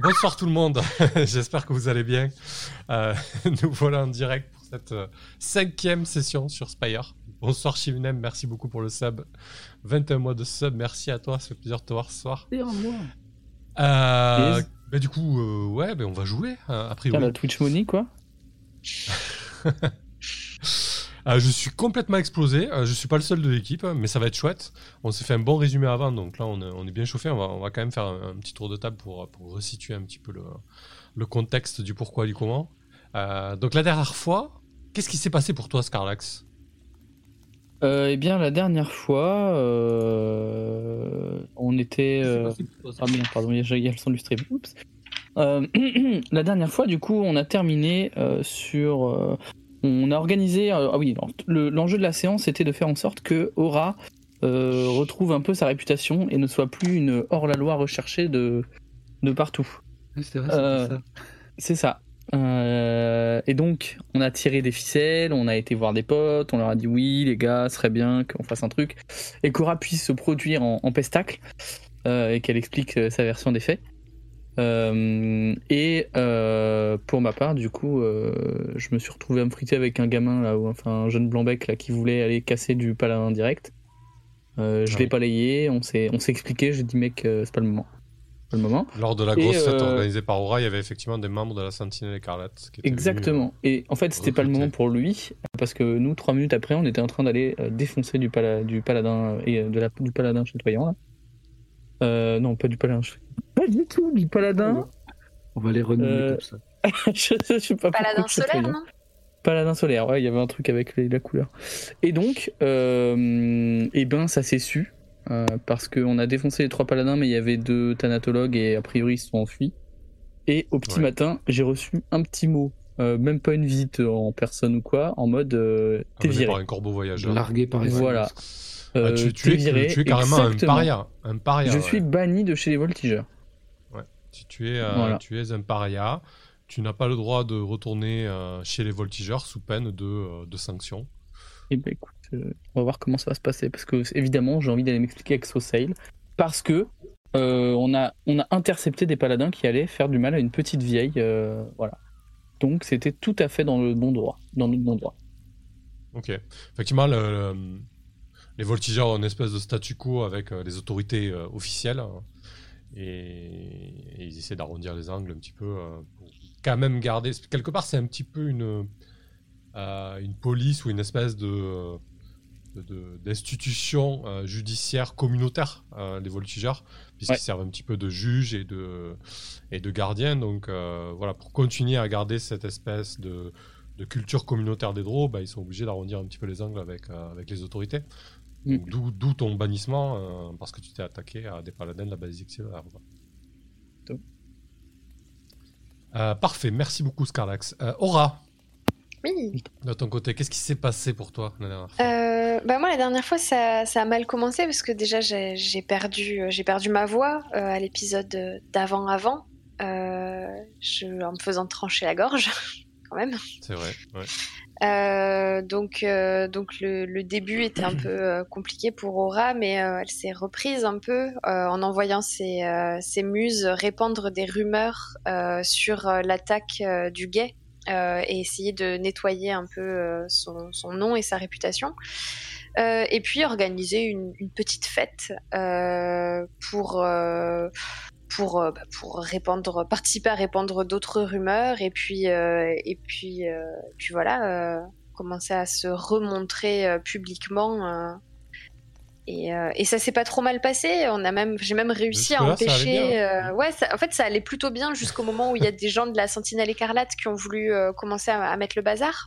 Bonsoir tout le monde, j'espère que vous allez bien. Nous voilà en direct pour cette 5e session sur Spire. Bonsoir Shivnem, merci beaucoup pour le sub. 21 mois de sub, merci à toi, ça fait plaisir de te voir ce soir. Et un mois. Bah, du coup, on va jouer, a priori. La Twitch Money, quoi. Je suis complètement explosé, je suis pas le seul de l'équipe, mais ça va être chouette. On s'est fait un bon résumé avant, donc là on est bien chauffé. On va quand même faire un petit tour de table pour resituer un petit peu le contexte du pourquoi, du comment. Donc la dernière fois, qu'est-ce qui s'est passé pour toi, Scarlax ? Eh bien, la dernière fois, on était... Ah merde, pardon, il y a le son du stream. Oups. La dernière fois, du coup, on a terminé sur... on a organisé... l'enjeu de la séance était de faire en sorte que Aura retrouve un peu sa réputation et ne soit plus une hors-la-loi recherchée de partout. Oui, c'est vrai, ça. C'est ça. Et donc, on a tiré des ficelles, on a été voir des potes, on leur a dit oui, les gars, ce serait bien qu'on fasse un truc, et qu'Aura puisse se produire en pestacle, et qu'elle explique sa version des faits. Pour ma part, du coup, je me suis retrouvé à me friter avec un gamin, là, un jeune blanc-bec là, qui voulait aller casser du paladin direct. Je l'ai balayé, on s'est expliqué, j'ai dit mec, c'est pas le moment. Lors de la grosse fête organisée par Aura, il y avait effectivement des membres de la Sentinelle Écarlate qui étaient exactement. Et en fait, c'était pas le moment pour lui, parce que nous, 3 minutes après, on était en train d'aller défoncer du paladin et du paladin chatoyant. Là. Non, pas du paladin. Pas du tout, du paladin. On va les renommer comme ça. je sais pas paladin solaire, non ? Paladin solaire, ouais, il y avait un truc avec la couleur. Et donc, ça s'est su. Parce qu'on a défoncé les 3 paladins, mais il y avait 2 thanatologues et a priori ils se sont enfuis. Et au petit matin, j'ai reçu un petit mot, même pas une visite en personne ou quoi, en mode t'es viré. Par un corbeau voyageur. Largué par les voilà. Tu es carrément un paria. Je suis banni de chez les voltigeurs. Ouais. Tu es un paria. Tu n'as pas le droit de retourner chez les voltigeurs sous peine de sanctions. Eh ben écoute, on va voir comment ça va se passer, parce que évidemment j'ai envie d'aller m'expliquer avec Sosail, parce que on a intercepté des paladins qui allaient faire du mal à une petite vieille, voilà. Donc c'était tout à fait dans notre bon droit. Ok. Effectivement, les voltigeurs ont une espèce de statu quo avec les autorités officielles, et ils essaient d'arrondir les angles un petit peu pour quand même garder. Quelque part, c'est un petit peu une police ou une espèce d'institution judiciaire communautaire, les voltigeurs, puisqu'ils servent un petit peu de juges et de gardiens. Donc voilà, pour continuer à garder cette espèce de culture communautaire des Draux, ils sont obligés d'arrondir un petit peu les angles avec les autorités. D'où ton bannissement, parce que tu t'es attaqué à des paladins de la Basilique Stellaire. Parfait, merci beaucoup Scarlax. Aura. Oui. De ton côté, qu'est-ce qui s'est passé pour toi la dernière fois ? Moi, la dernière fois, ça a mal commencé parce que déjà, j'ai perdu ma voix à l'épisode d'avant, en me faisant trancher la gorge, quand même. C'est vrai, ouais. Donc le début était un peu compliqué pour Aura, mais elle s'est reprise un peu en envoyant ses muses répandre des rumeurs sur l'attaque du guet. Et essayer de nettoyer un peu son nom et sa réputation. Et puis organiser une petite fête pour participer à répandre d'autres rumeurs et puis voilà, commencer à se remontrer publiquement. Et ça s'est pas trop mal passé. J'ai même réussi à empêcher. En fait, ça allait plutôt bien jusqu'au moment où il y a des gens de la Sentinelle Écarlate qui ont voulu commencer à mettre le bazar.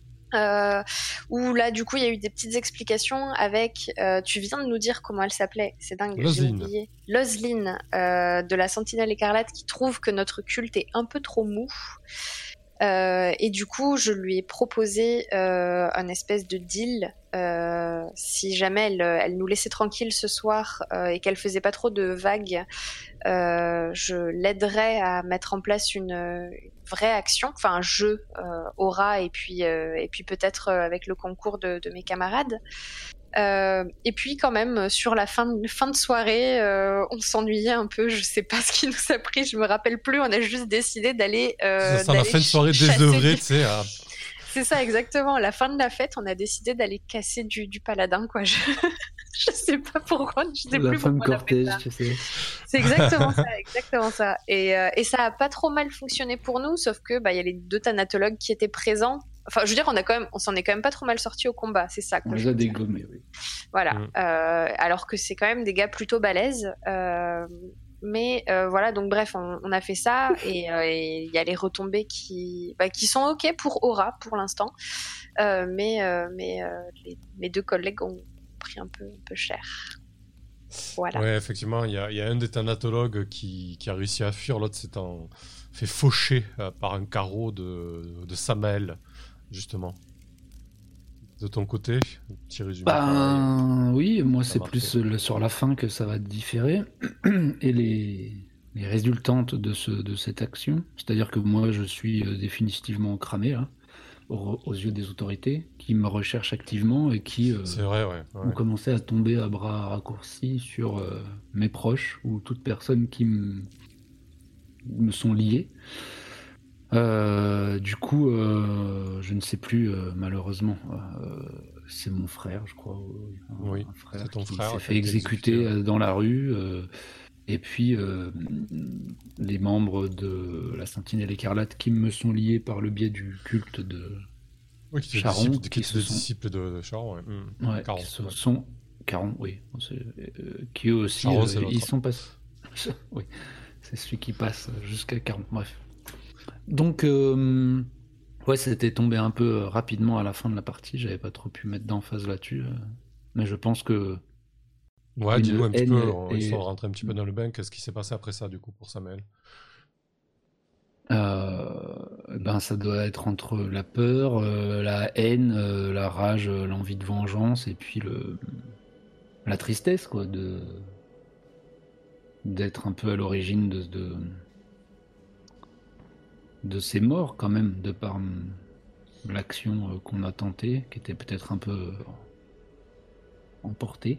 Où là, du coup, il y a eu des petites explications avec. Tu viens de nous dire comment elle s'appelait. C'est dingue. J'ai oublié. Lozline de la Sentinelle Écarlate qui trouve que notre culte est un peu trop mou. Et du coup, je lui ai proposé un espèce de deal. Si jamais elle nous laissait tranquille ce soir et qu'elle faisait pas trop de vagues, je l'aiderais à mettre en place une vraie action, enfin un jeu Aura et puis peut-être avec le concours de mes camarades. Et puis quand même sur la fin de soirée, on s'ennuyait un peu. Je sais pas ce qui nous a pris, je me rappelle plus. On a juste décidé d'aller. Ça sent la fin de soirée désœuvrée, tu sais. C'est ça, exactement. À la fin de la fête, on a décidé d'aller casser du paladin, quoi. Je sais pas pourquoi, je sais la plus fin de pourquoi. cortège, tu sais. C'est exactement ça, exactement ça. Et ça a pas trop mal fonctionné pour nous, sauf que il y a les 2 thanatologues qui étaient présents. Enfin, je veux dire, on s'en est quand même pas trop mal sorti au combat, c'est ça. On les a dégommés, oui. Voilà. Alors que c'est quand même des gars plutôt balèzes. Mais voilà, donc bref, on a fait ça et il y a les retombées qui sont ok pour Aura pour l'instant, mais mes 2 collègues ont pris un peu cher. Voilà. Ouais, effectivement, il y a un des thanatologues qui a réussi à fuir, l'autre s'est fait faucher par un carreau de Samael, justement. De ton côté, petit résumé. Oui, moi c'est plus sur la fin que ça va différer. Et les résultantes de cette action, c'est-à-dire que moi je suis définitivement cramé là, aux yeux des autorités, qui me recherchent activement et qui c'est vrai, ouais. ont commencé à tomber à bras raccourcis sur mes proches ou toute personne qui me sont liés. Du coup, je ne sais plus, malheureusement. C'est mon frère, je crois. Oui, un frère c'est ton qui frère s'est fait exécuter dans la rue. Et puis, les membres de la Sentinelle Écarlate qui me sont liés par le biais du culte de Charon. Qui sont des disciples de Charon, ouais. Ouais, Caron, qui sont... Caron, oui. Qui eux aussi, Charon, ils sont passés... oui, c'est celui qui passe jusqu'à Caron, bref. Donc, ouais, c'était tombé un peu rapidement à la fin de la partie. J'avais pas trop pu mettre d'emphase là-dessus. Mais je pense que. Ouais, dis-nous un petit peu, histoire de rentrer un petit peu dans le bain. Qu'est-ce qui s'est passé après ça, du coup, pour Samael ? Ça doit être entre la peur, la haine, la rage, l'envie de vengeance, et puis la tristesse, quoi, d'être un peu à l'origine de ces morts quand même, de par l'action qu'on a tentée, qui était peut-être un peu emportée.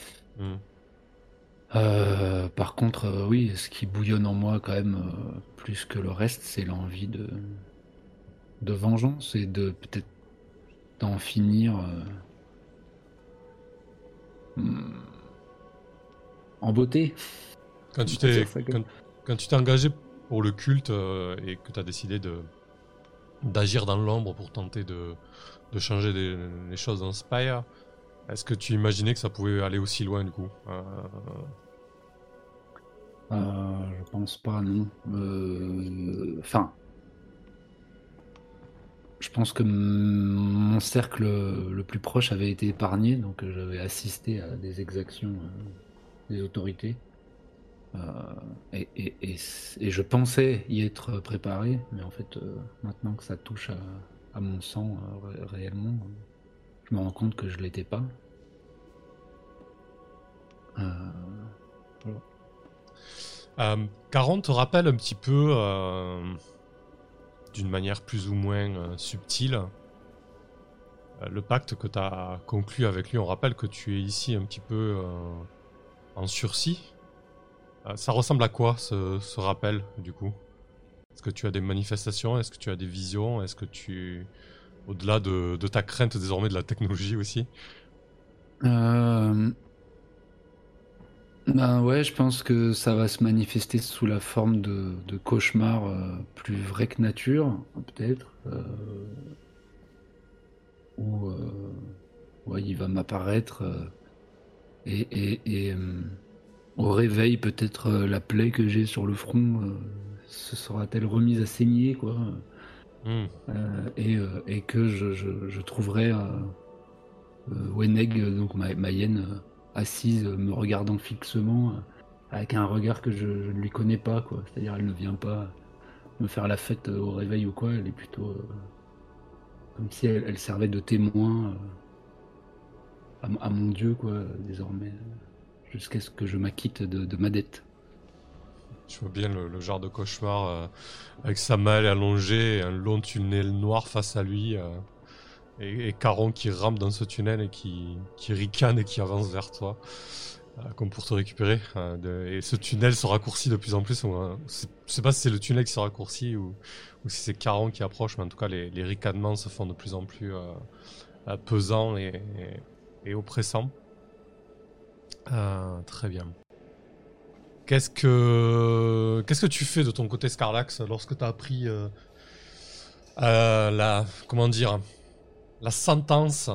Par contre, oui, ce qui bouillonne en moi quand même plus que le reste, c'est l'envie de vengeance et de peut-être d'en finir en beauté. Quand tu t'es engagé pour le culte et que tu as décidé d'agir dans l'ombre pour tenter de changer les choses dans Spire, est-ce que tu imaginais que ça pouvait aller aussi loin du coup ? Je pense pas, non. Je pense que mon cercle le plus proche avait été épargné, donc j'avais assisté à des exactions des autorités. Et je pensais y être préparé, mais en fait, maintenant que ça touche à mon sang réellement, je me rends compte que je l'étais pas. Voilà. Caron te rappelle un petit peu, d'une manière plus ou moins subtile, le pacte que tu as conclu avec lui. On rappelle que tu es ici un petit peu en sursis. Ça ressemble à quoi ce rappel du coup ? Est-ce que tu as des manifestations ? Est-ce que tu as des visions ? Est-ce que tu, au-delà de ta crainte désormais de la technologie aussi ? Ouais, je pense que ça va se manifester sous la forme de cauchemars plus vrais que nature, peut-être. Ou ouais, il va m'apparaître et au réveil, peut-être la plaie que j'ai sur le front se sera-t-elle remise à saigner, quoi. Et que je trouverai Weneg, donc ma hyène, assise, me regardant fixement, avec un regard que je ne lui connais pas, quoi. C'est-à-dire, elle ne vient pas me faire la fête au réveil ou quoi, elle est plutôt comme si elle servait de témoin à mon Dieu, quoi, désormais, jusqu'à ce que je m'acquitte de ma dette. Je vois bien le genre de cauchemar avec sa malle allongée et un long tunnel noir face à lui. et Caron qui rampe dans ce tunnel et qui ricane et qui avance vers toi, comme pour te récupérer. Et ce tunnel se raccourcit de plus en plus. Je sais pas si c'est le tunnel qui se raccourcit ou si c'est Caron qui approche, mais en tout cas les ricanements se font de plus en plus pesants et oppressants. Très bien. Qu'est-ce que tu fais de ton côté, Scarlax, lorsque tu as appris la sentence,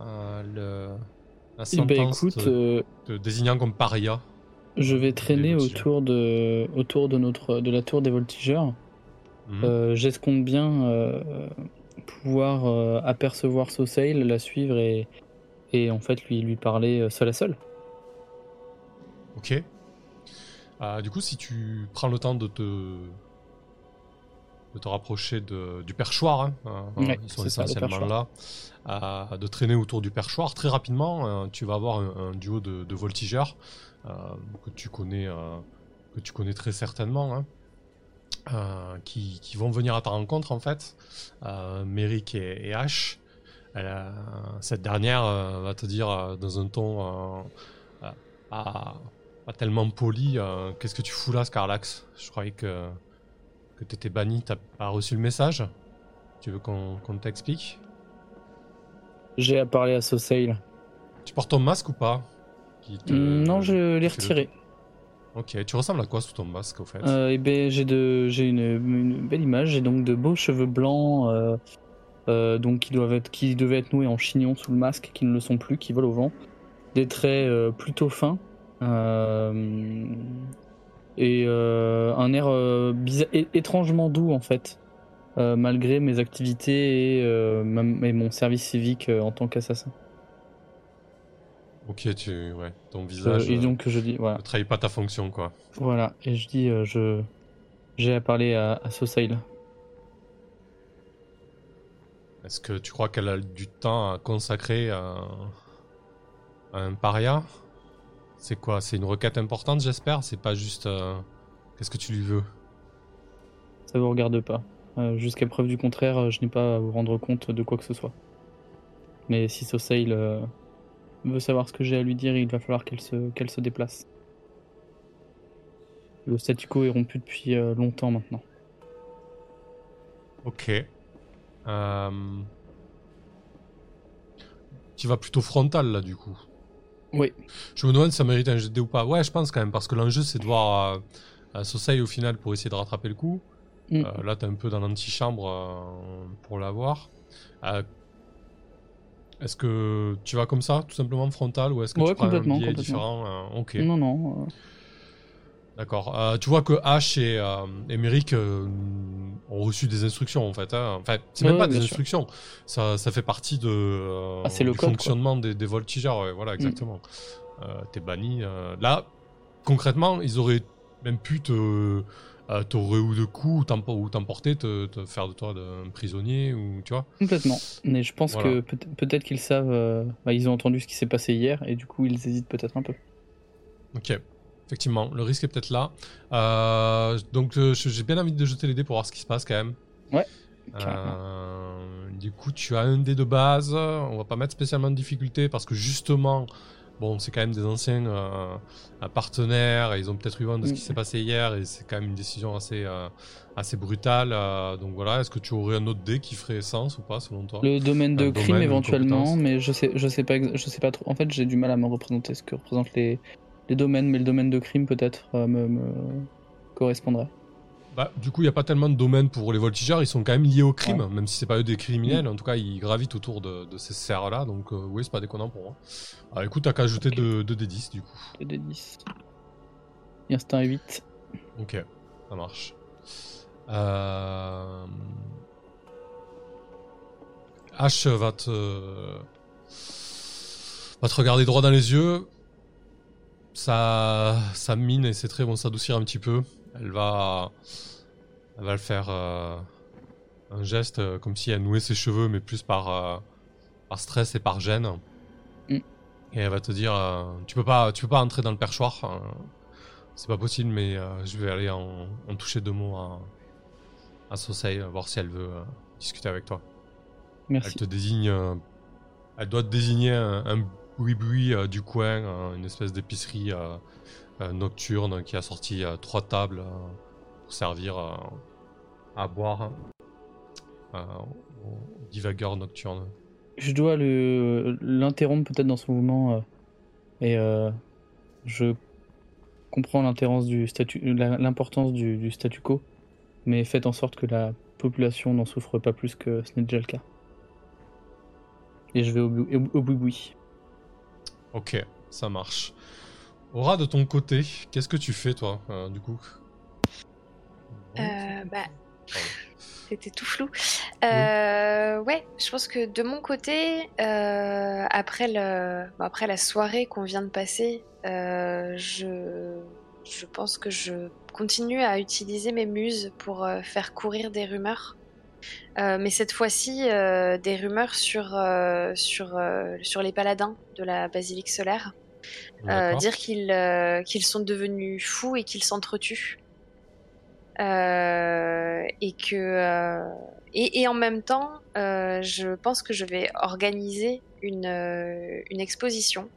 écoute, te désignant comme paria? Je vais traîner autour de la tour des voltigeurs. J'escompte bien pouvoir apercevoir Sosale, la suivre et en fait lui parler seul à seul. Ok. Du coup, si tu prends le temps de te rapprocher du perchoir, Ouais, ils sont c'est ça, essentiellement là, de traîner autour du perchoir, très rapidement, tu vas avoir un duo de voltigeurs que tu connais très certainement, qui vont venir à ta rencontre en fait, Merrick et Ash. Cette dernière va te dire dans un ton pas tellement poli, qu'est-ce que tu fous là, Scarlax? Je croyais que t'étais banni, t'as pas reçu le message? Tu veux qu'on t'explique? J'ai à parler à Sosale. Tu portes ton masque ou pas? Non, je l'ai retiré. Ok, tu ressembles à quoi sous ton masque au fait? J'ai une belle image, j'ai donc de beaux cheveux blancs donc qui devaient être noués en chignon sous le masque, qui ne le sont plus, qui volent au vent. Des traits plutôt fins. Et un air étrangement doux en fait, malgré mes activités et mon service civique en tant qu'assassin. Ok, ton visage et donc je dis voilà. ne trahit pas ta fonction quoi. Voilà, et je dis j'ai à parler à Sosale. Est-ce que tu crois qu'elle a du temps à consacrer à un paria? C'est quoi? C'est une requête importante, j'espère? C'est pas juste... Qu'est-ce que tu lui veux? Ça vous regarde pas. Jusqu'à preuve du contraire, je n'ai pas à vous rendre compte de quoi que ce soit. Mais si Sosale veut savoir ce que j'ai à lui dire, il va falloir qu'elle se déplace. Le statu quo est rompu depuis longtemps maintenant. Ok. Tu vas plutôt frontal là du coup. Oui. Je me demande si ça mérite un jet de dés ou pas. Ouais, je pense quand même, parce que l'enjeu c'est de voir Sosei au final pour essayer de rattraper le coup. Là, t'es un peu dans l'antichambre pour l'avoir. Est-ce que tu vas comme ça, tout simplement frontal, ou est-ce que tu prends un biais différent? Ok. Non. D'accord. Tu vois que Ash et Merrick ont reçu des instructions en fait. Enfin, c'est même pas des instructions. Ça fait partie du fonctionnement des voltigeurs. Ouais, voilà, exactement. T'es banni. Là, concrètement, ils auraient même pu t'aurer ou de coups ou t'emporter, te faire de toi un prisonnier ou tu vois. Complètement. Mais je pense que peut-être qu'ils savent. Ils ont entendu ce qui s'est passé hier et du coup ils hésitent peut-être un peu. Ok. Effectivement, le risque est peut-être là. Donc j'ai bien envie de jeter les dés pour voir ce qui se passe quand même. Ouais. Du coup, tu as un dé de base. On va pas mettre spécialement de difficulté parce que justement, bon, c'est quand même des anciens partenaires. Et ils ont peut-être eu vent de ce qui s'est passé hier et c'est quand même une décision assez brutale. Donc voilà, est-ce que tu aurais un autre dé qui ferait sens ou pas selon toi? Le domaine de crime éventuellement, mais je sais pas trop. En fait, j'ai du mal à me représenter ce que représentent les domaines, mais le domaine de crime peut-être me correspondrait. Bah, du coup, il n'y a pas tellement de domaines pour les voltigeurs, ils sont quand même liés au crime, même si c'est pas eux des criminels, en tout cas ils gravitent autour de ces sphères-là, donc oui, c'est pas déconnant pour moi. Écoute, t'as qu'à ajouter 2 D10 du coup. 2 D10. Et c'est un 8. Ok, ça marche. Ash va te regarder droit dans les yeux. Ça mine et ses traits vont s'adoucir un petit peu. Elle va le faire un geste comme si elle nouait ses cheveux, mais plus par stress et par gêne. Et elle va te dire tu peux pas entrer dans le perchoir. C'est pas possible, mais je vais aller en toucher 2 mots à Sosei, voir si elle veut discuter avec toi. Merci. Elle te désigne, elle doit te désigner un boui-boui du coin, une espèce d'épicerie nocturne qui a sorti 3 tables pour servir à boire aux divagueurs nocturnes. Je dois l'interrompre peut-être dans son mouvement et je comprends l'importance du statu quo, mais faites en sorte que la population n'en souffre pas plus que ce n'est déjà le cas. Et je vais au boui-boui. Ok, ça marche. Aura, de ton côté, qu'est-ce que tu fais toi, du coup? C'était tout flou. Ouais, je pense que de mon côté, après la soirée qu'on vient de passer, je pense que je continue à utiliser mes muses pour faire courir des rumeurs. Mais cette fois-ci, des rumeurs sur les paladins de la basilique solaire. Dire qu'ils sont devenus fous et qu'ils s'entretuent. Et en même temps, je pense que je vais organiser une exposition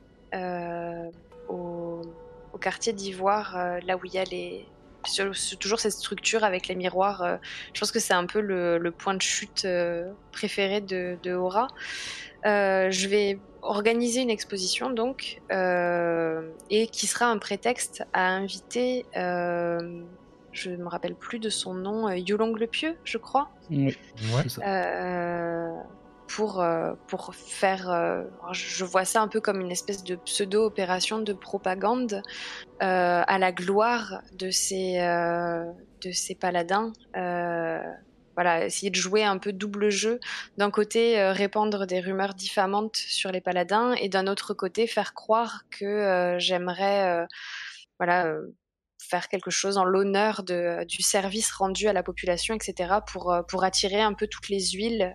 au quartier d'Ivoire, là où il y a toujours cette structure avec les miroirs. Je pense que c'est un peu le point de chute préféré de Aura. Je vais organiser une exposition donc et qui sera un prétexte à inviter je ne me rappelle plus de son nom, Yulong le Pieux, je crois. Oui, c'est ça. Pour faire... je vois ça un peu comme une espèce de pseudo-opération de propagande à la gloire de ces paladins. Voilà, essayer de jouer un peu double jeu. D'un côté, répandre des rumeurs diffamantes sur les paladins, et d'un autre côté, faire croire que j'aimerais... faire quelque chose en l'honneur du service rendu à la population, etc., pour attirer un peu toutes les huiles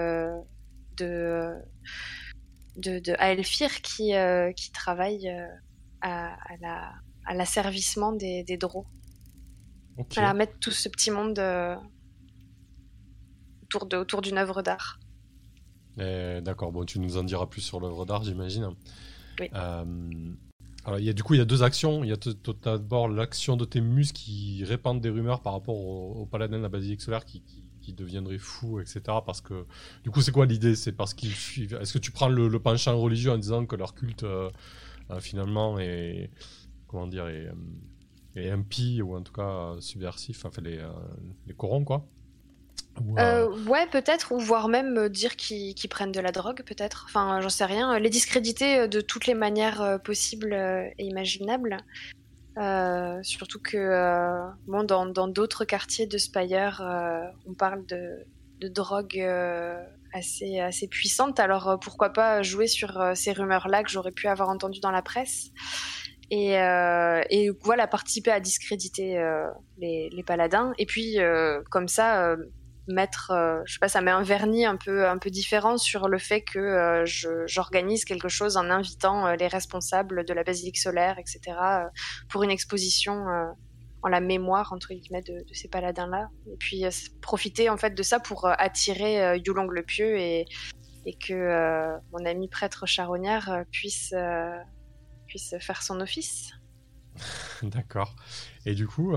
de Aelfir qui travaillent à l'asservissement des drôs. Okay. Voilà, mettre tout ce petit monde autour d'une œuvre d'art. D'accord, bon, tu nous en diras plus sur l'œuvre d'art, j'imagine. Oui. Alors, il y a 2 actions. Il y a d'abord l'action de tes muses qui répandent des rumeurs par rapport aux paladins de la basilique solaire qui deviendraient fous, etc. Parce que, du coup, c'est quoi l'idée? C'est parce qu'ils suivent. Est-ce que tu prends le penchant religieux en disant que leur culte, finalement, est impie, ou en tout cas subversif, enfin, les corrompt, quoi? Ouais, peut-être, ou voire même dire qu'ils prennent de la drogue, peut-être. Enfin, j'en sais rien. Les discréditer de toutes les manières possibles et imaginables. Surtout que dans d'autres quartiers de Spire, on parle de drogue assez puissante. Alors pourquoi pas jouer sur ces rumeurs-là que j'aurais pu avoir entendues dans la presse. Et voilà, participer à discréditer les paladins. Et puis, comme ça... mettre, je sais pas, ça met un vernis un peu différent sur le fait que j'organise quelque chose en invitant les responsables de la basilique solaire, etc., pour une exposition en la mémoire, entre guillemets, de ces paladins-là. Et puis profiter en fait de ça pour attirer Yulong le Pieux et que mon ami prêtre charognard puisse faire son office. D'accord. Et du coup,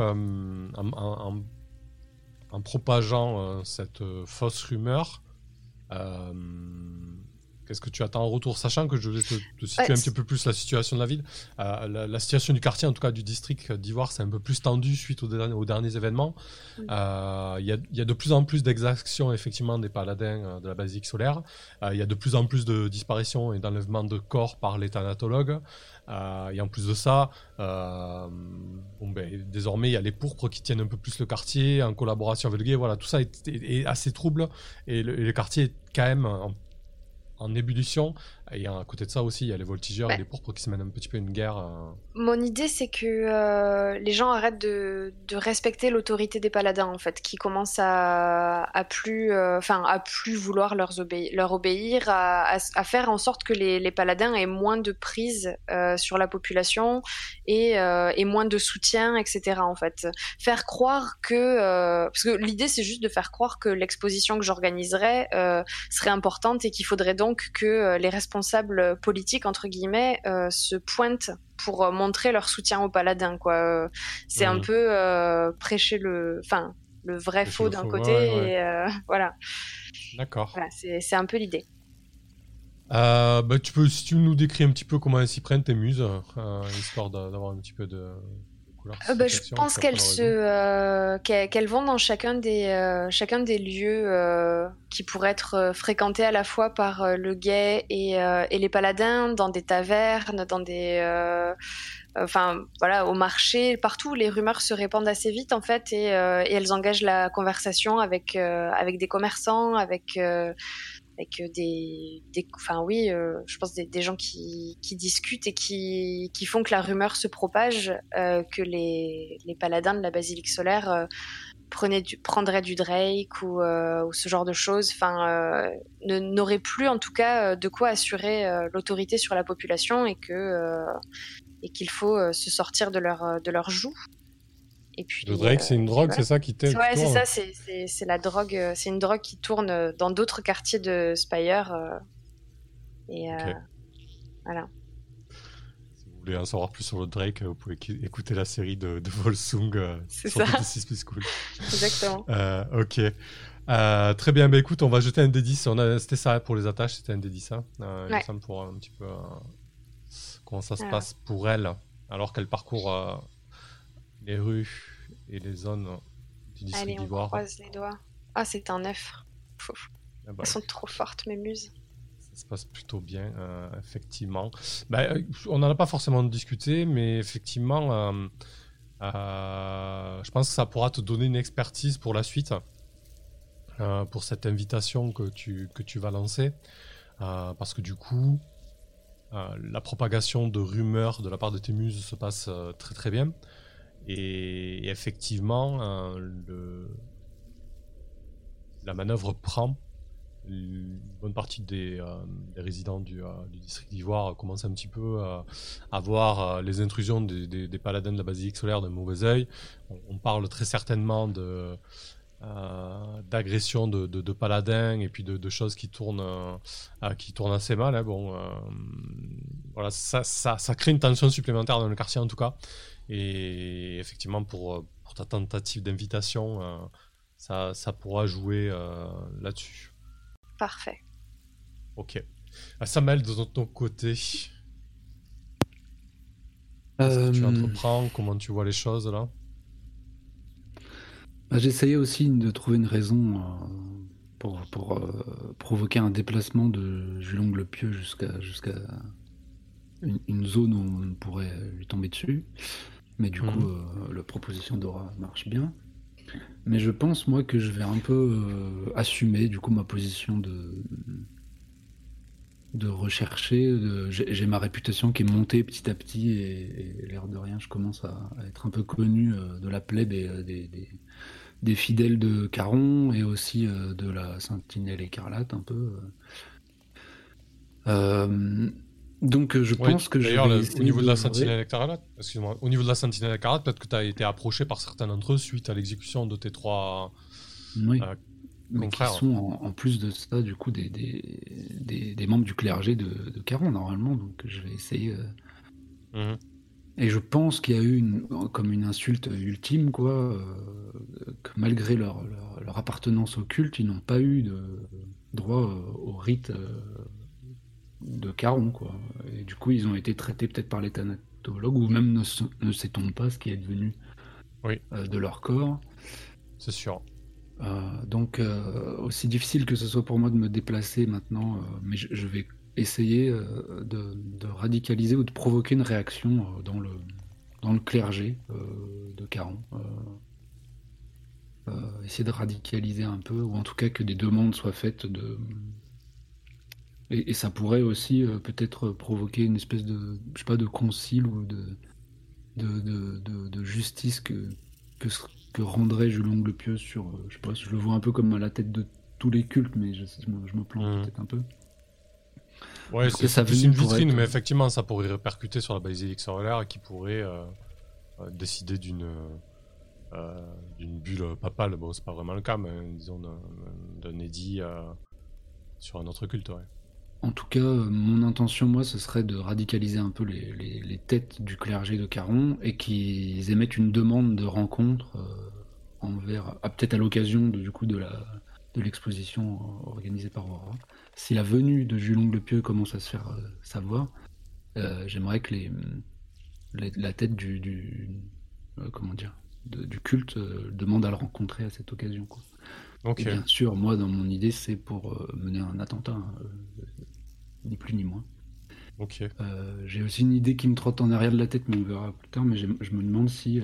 en propageant cette fausse rumeur, qu'est-ce que tu attends en retour? Sachant que je vais te situer un petit peu plus la situation de la ville. La situation du quartier, en tout cas du district d'Ivoire, c'est un peu plus tendu suite aux derniers événements. Il y a de plus en plus d'exactions, effectivement, des paladins de la basilique solaire. Il y a de plus en plus de disparitions et d'enlèvements de corps par les thanatologues. Et en plus de ça, désormais, il y a les pourpres qui tiennent un peu plus le quartier, en collaboration avec le guet. Voilà, tout ça est assez trouble. Et le quartier est quand même en ébullition. Et à côté de ça aussi, il y a les voltigeurs et les pourpres qui se mènent un petit peu une guerre. Mon idée, c'est que les gens arrêtent de respecter l'autorité des paladins, en fait, qui commencent à plus vouloir leur obéir, à faire en sorte que les paladins aient moins de prise sur la population et moins de soutien, etc. En fait, faire croire que parce que l'idée, c'est juste de faire croire que l'exposition que j'organiserais serait importante et qu'il faudrait donc que les responsables politiques entre guillemets se pointent pour montrer leur soutien aux paladins, quoi. C'est un peu prêcher le vrai faux d'un côté, et voilà. D'accord. Voilà, c'est un peu l'idée. Si tu nous décris un petit peu comment elles s'y prennent, tes muses, histoire d'avoir un petit peu de couleur. Je pense qu'elles vont dans chacun des lieux qui pourraient être fréquentés à la fois par le guet et les paladins, dans des tavernes, dans des au marché, partout. Les rumeurs se répandent assez vite en fait, et elles engagent la conversation avec des commerçants, avec je pense des gens qui discutent et qui font que la rumeur se propage, que les paladins de la basilique solaire prendraient du Drake ou ce genre de choses, n'auraient plus en tout cas de quoi assurer l'autorité sur la population, et qu'il faut se sortir de leur joug. Et puis, le Drake, c'est une drogue, voilà. C'est ça qui t'aide. Ouais, c'est ça, c'est la drogue. C'est une drogue qui tourne dans d'autres quartiers de Spire. Voilà. Si vous voulez en savoir plus sur le Drake, vous pouvez écouter la série de Volsung sur DC Plus Cool. Exactement. Ok. Très bien, écoute, on va jeter un D10. C'était ça pour les attaches, c'était un D10. Il me semble, pour un petit peu comment ça se passe pour elle, alors qu'elle parcourt les rues et les zones du district d'Ivoire. On croise les doigts. Ah, c'est un 9. Elles sont trop fortes, mes muses. Ça se passe plutôt bien, effectivement. On n'en a pas forcément discuté, mais effectivement, je pense que ça pourra te donner une expertise pour la suite, pour cette invitation que tu vas lancer. Parce que du coup, la propagation de rumeurs de la part de tes muses se passe très très bien. Et effectivement, la manœuvre prend. Une bonne partie des résidents du district d'Ivoire commencent un petit peu à voir les intrusions des paladins de la basilique solaire d'un mauvais œil. On parle très certainement d'agression de paladins et puis de choses qui tournent assez mal. Hein. Voilà, ça crée une tension supplémentaire dans le quartier en tout cas. Et effectivement, pour ta tentative d'invitation, ça pourra jouer là-dessus. Parfait. Ok. Samuel, de ton côté, qu'est-ce que tu entreprends? Comment tu vois les choses là? J'essayais aussi de trouver une raison pour provoquer un déplacement de Julong le Pieux jusqu'à une zone où on pourrait lui tomber dessus. Mais du coup, la proposition d'Aura marche bien. Mais je pense, moi, que je vais un peu assumer, du coup, ma position de rechercher. J'ai ma réputation qui est montée petit à petit, et l'air de rien, je commence à être un peu connu de la plèbe et des fidèles de Caron, et aussi de la Sentinelle écarlate, un peu. Donc je pense que d'ailleurs, au niveau de la Sentinelle écarlate, excuse-moi, au niveau de la Sentinelle écarlate, peut-être que tu as été approché par certains d'entre eux suite à l'exécution de tes 3 mais qui sont en plus de ça, du coup, des membres du clergé de Caron, normalement. Donc je vais essayer. Et je pense qu'il y a eu comme une insulte ultime, quoi, que malgré leur appartenance au culte, ils n'ont pas eu de droit au rite de Caron, quoi. Et du coup, ils ont été traités peut-être par les thanatologues, ou même ne sait-on pas ce qui est devenu de leur corps. C'est sûr. Donc, aussi difficile que ce soit pour moi de me déplacer maintenant, mais je vais essayer de radicaliser ou de provoquer une réaction dans le clergé de Caron. Essayer de radicaliser un peu, ou en tout cas que des demandes soient faites Et ça pourrait aussi peut-être provoquer une espèce de, je sais pas, de concile ou de justice que rendrait Jules Longlepieux sur, je sais pas, je le vois un peu comme à la tête de tous les cultes, mais je me plante peut-être un peu. Ouais, c'est plus une vitrine, mais effectivement, ça pourrait répercuter sur la basilique solaire qui pourrait décider d'une bulle papale. Bon, c'est pas vraiment le cas, mais disons d'un édit sur un autre culte, ouais. En tout cas, mon intention, moi, ce serait de radicaliser un peu les têtes du clergé de Caron et qu'ils émettent une demande de rencontre envers, peut-être à l'occasion de l'exposition organisée par Aurora. Si la venue de Jules Longlepieux commence à se faire savoir, j'aimerais que la tête du culte demande à le rencontrer à cette occasion, quoi. Okay. Et bien sûr, moi, dans mon idée, c'est pour mener un attentat, ni plus ni moins. Okay. J'ai aussi une idée qui me trotte en arrière de la tête, mais on verra plus tard. Mais je me demande si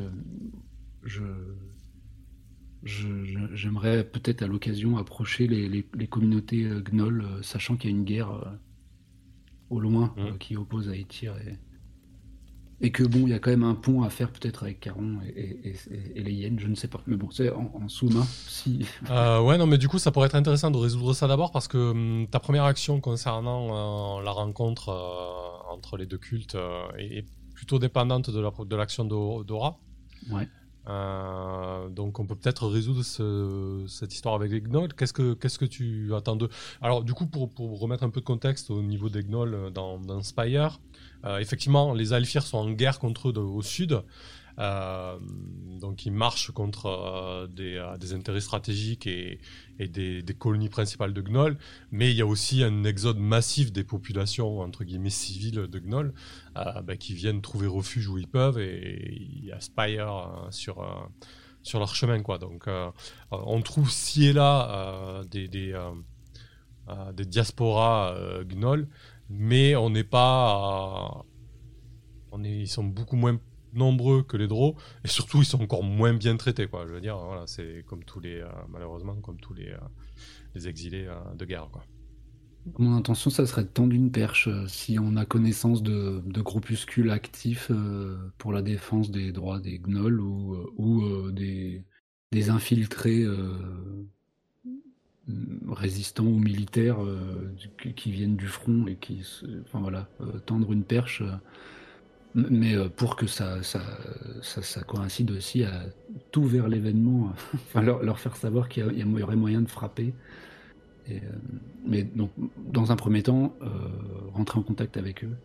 j'aimerais peut-être à l'occasion approcher les communautés Gnoll, sachant qu'il y a une guerre au loin qui oppose Aetyr et que bon, il y a quand même un pont à faire peut-être avec Caron et les Hyènes, je ne sais pas. Mais bon, c'est en sous-main. Si... ouais, non, mais du coup, ça pourrait être intéressant de résoudre ça d'abord parce que ta première action concernant la rencontre entre les deux cultes est plutôt dépendante de l'action d'Aura. Ouais. Donc on peut peut-être résoudre cette histoire avec les Gnolls. Qu'est-ce que tu attends d'eux? Alors du coup, pour remettre un peu de contexte au niveau des Gnolls dans Spire, effectivement les Aelfir sont en guerre contre eux au sud, donc ils marchent contre des intérêts stratégiques et des colonies principales de Gnolls, mais il y a aussi un exode massif des populations entre guillemets civiles de Gnolls qui viennent trouver refuge où ils peuvent et ils aspirent sur leur chemin, quoi. Donc on trouve ci et là des diasporas Gnolls, mais on n'est pas ils sont beaucoup moins nombreux que les Drow et surtout ils sont encore moins bien traités, quoi. Je veux dire, voilà, c'est comme tous les malheureusement comme tous les exilés de guerre, quoi. Mon intention, ça serait de tendre une perche si on a connaissance de groupuscules actifs pour la défense des droits des Gnolls ou des infiltrés résistants ou militaires qui viennent du front et qui, tendre une perche. Mais pour que ça coïncide aussi à tout vers l'événement, leur faire savoir qu'il y aurait moyen de frapper. Mais donc, dans un premier temps, rentrer en contact avec eux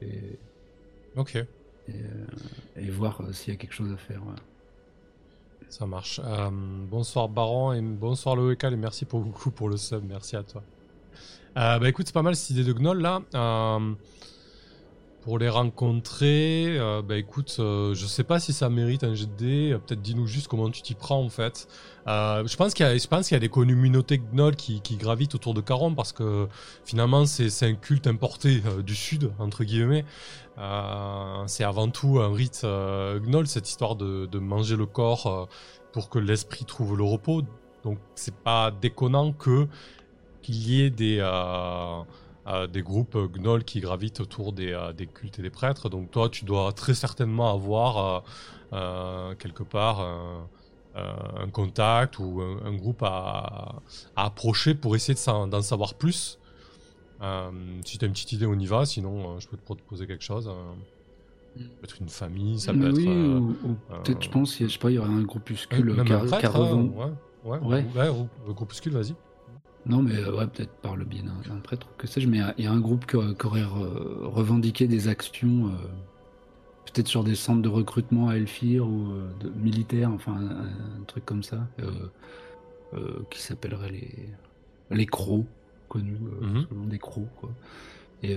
et voir s'il y a quelque chose à faire. Ouais. Ça marche. Bonsoir Baron et bonsoir le Loécal et merci beaucoup pour le sub, merci à toi. Écoute, c'est pas mal cette idée de Gnoll là. Pour les rencontrer, écoute, je sais pas si ça mérite un jet de dés, peut-être dis-nous juste comment tu t'y prends en fait. Je pense qu'il y a des communautés Gnoll qui gravitent autour de Caron parce que finalement c'est un culte importé du sud, entre guillemets. C'est avant tout un rite Gnoll, cette histoire de manger le corps pour que l'esprit trouve le repos. Donc c'est pas déconnant qu'il y ait des groupes Gnoll qui gravitent autour des cultes et des prêtres. Donc toi, tu dois très certainement avoir quelque part un contact ou un groupe à approcher pour essayer d'en savoir plus. Si tu as une petite idée, on y va. Sinon, je peux te proposer quelque chose. Peut-être une famille, ça peut être... ou peut-être, je pense, je sais pas, il y aurait un groupuscule même un prêtre, ouais. Le groupuscule, vas-y. Non, mais peut-être par le biais d'un prêtre, que sais-je, mais il y a un groupe qui aurait revendiqué des actions, peut-être sur des centres de recrutement à Aelfir ou militaires, enfin un truc comme ça, qui s'appellerait les Crocs, connus sous le nom des Crocs, quoi. Et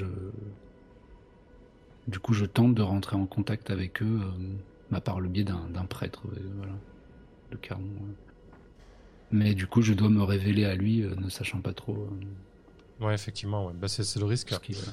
du coup, je tente de rentrer en contact avec eux par le biais d'un prêtre, voilà, de Caron. Mais du coup, je dois me révéler à lui, ne sachant pas trop. Ouais, effectivement, ouais. C'est le risque.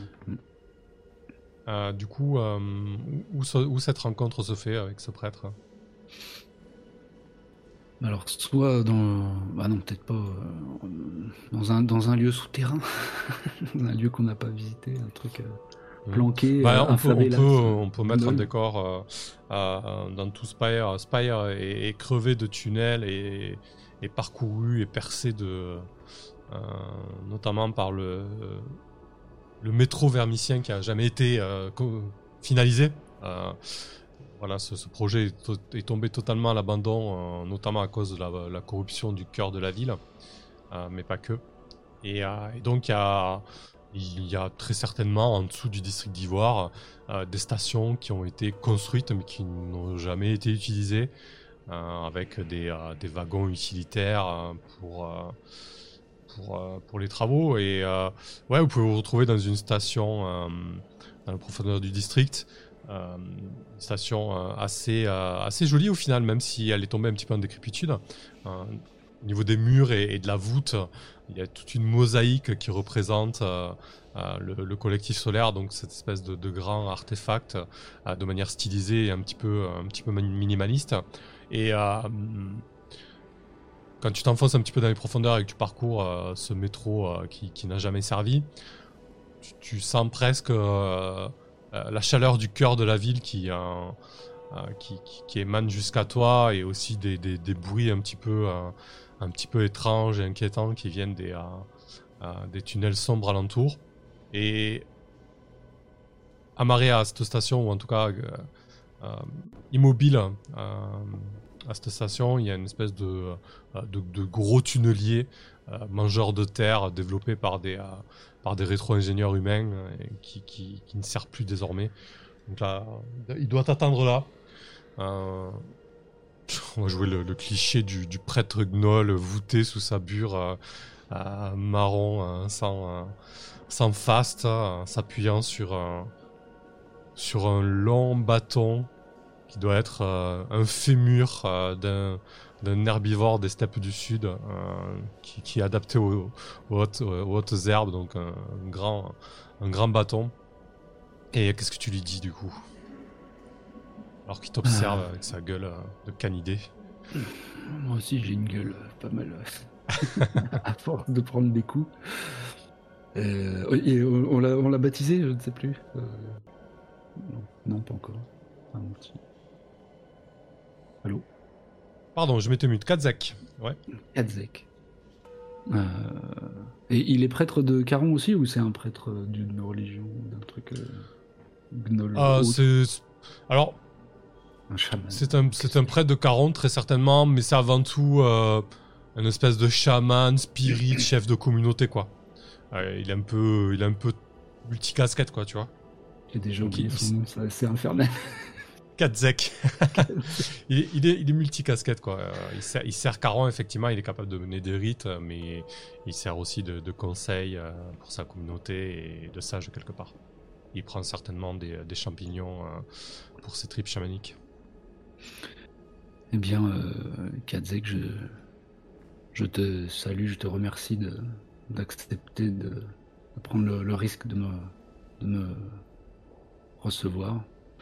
Du coup, où cette rencontre se fait avec ce prêtre? Alors, soit dans... Bah non, peut-être pas. Dans un lieu souterrain. Dans un lieu qu'on n'a pas visité. Un truc planqué. On peut mettre un décor dans tout Spire. Spire est crevé de tunnels et parcouru et percé notamment par le métro vermicien qui a jamais été finalisé. Voilà, ce projet est tombé totalement à l'abandon, notamment à cause de la corruption du cœur de la ville, mais pas que. Et donc il y a très certainement en dessous du district d'Ivoire des stations qui ont été construites mais qui n'ont jamais été utilisées, avec des wagons utilitaires pour les travaux. Et ouais, vous pouvez vous retrouver dans une station dans la profondeur du district. Une station assez jolie au final, même si elle est tombée un petit peu en décrépitude. Au niveau des murs et de la voûte, il y a toute une mosaïque qui représente le collectif solaire, donc cette espèce de grand artefact de manière stylisée et un petit peu minimaliste. Et quand tu t'enfonces un petit peu dans les profondeurs et que tu parcours ce métro qui n'a jamais servi, tu sens presque la chaleur du cœur de la ville qui émane jusqu'à toi, et aussi des bruits un petit peu étranges et inquiétants qui viennent des tunnels sombres alentour. Et amarré à cette station, ou en tout cas immobile à cette station, il y a une espèce de gros tunnelier mangeur de terre développé par des rétro-ingénieurs humains qui ne sert plus désormais. Donc là, il doit t'attendre là. On va jouer le cliché du prêtre gnoll voûté sous sa bure marron sans faste, s'appuyant sur un long bâton qui doit être un fémur d'un herbivore des steppes du sud, qui est adapté aux hautes herbes, donc un grand bâton. Et qu'est-ce que tu lui dis du coup, alors qu'il t'observe avec sa gueule de canidé? Moi aussi j'ai une gueule pas mal à force de prendre des coups. Et on l'a baptisé, je ne sais plus. Non, pas encore. Allô? Pardon, je m'étais mute. Kadzak. Ouais. Kadzak. Et il est prêtre de Caron aussi, ou c'est un prêtre d'une religion, d'un truc gnoll? Alors, un chaman. C'est un prêtre de Caron, très certainement, mais c'est avant tout une espèce de chaman, spirit, chef de communauté, quoi. Il est un peu multicasquette, quoi, tu vois. J'ai déjà oublié son nom, c'est infernal. Kadzak. il est multicasquette, quoi. Il sert Caron, effectivement, il est capable de mener des rites, mais il sert aussi de conseil pour sa communauté et de sage quelque part. Il prend certainement des champignons pour ses tripes chamaniques. Eh bien, Kadzak, je te salue, je te remercie d'accepter de prendre le risque de me recevoir.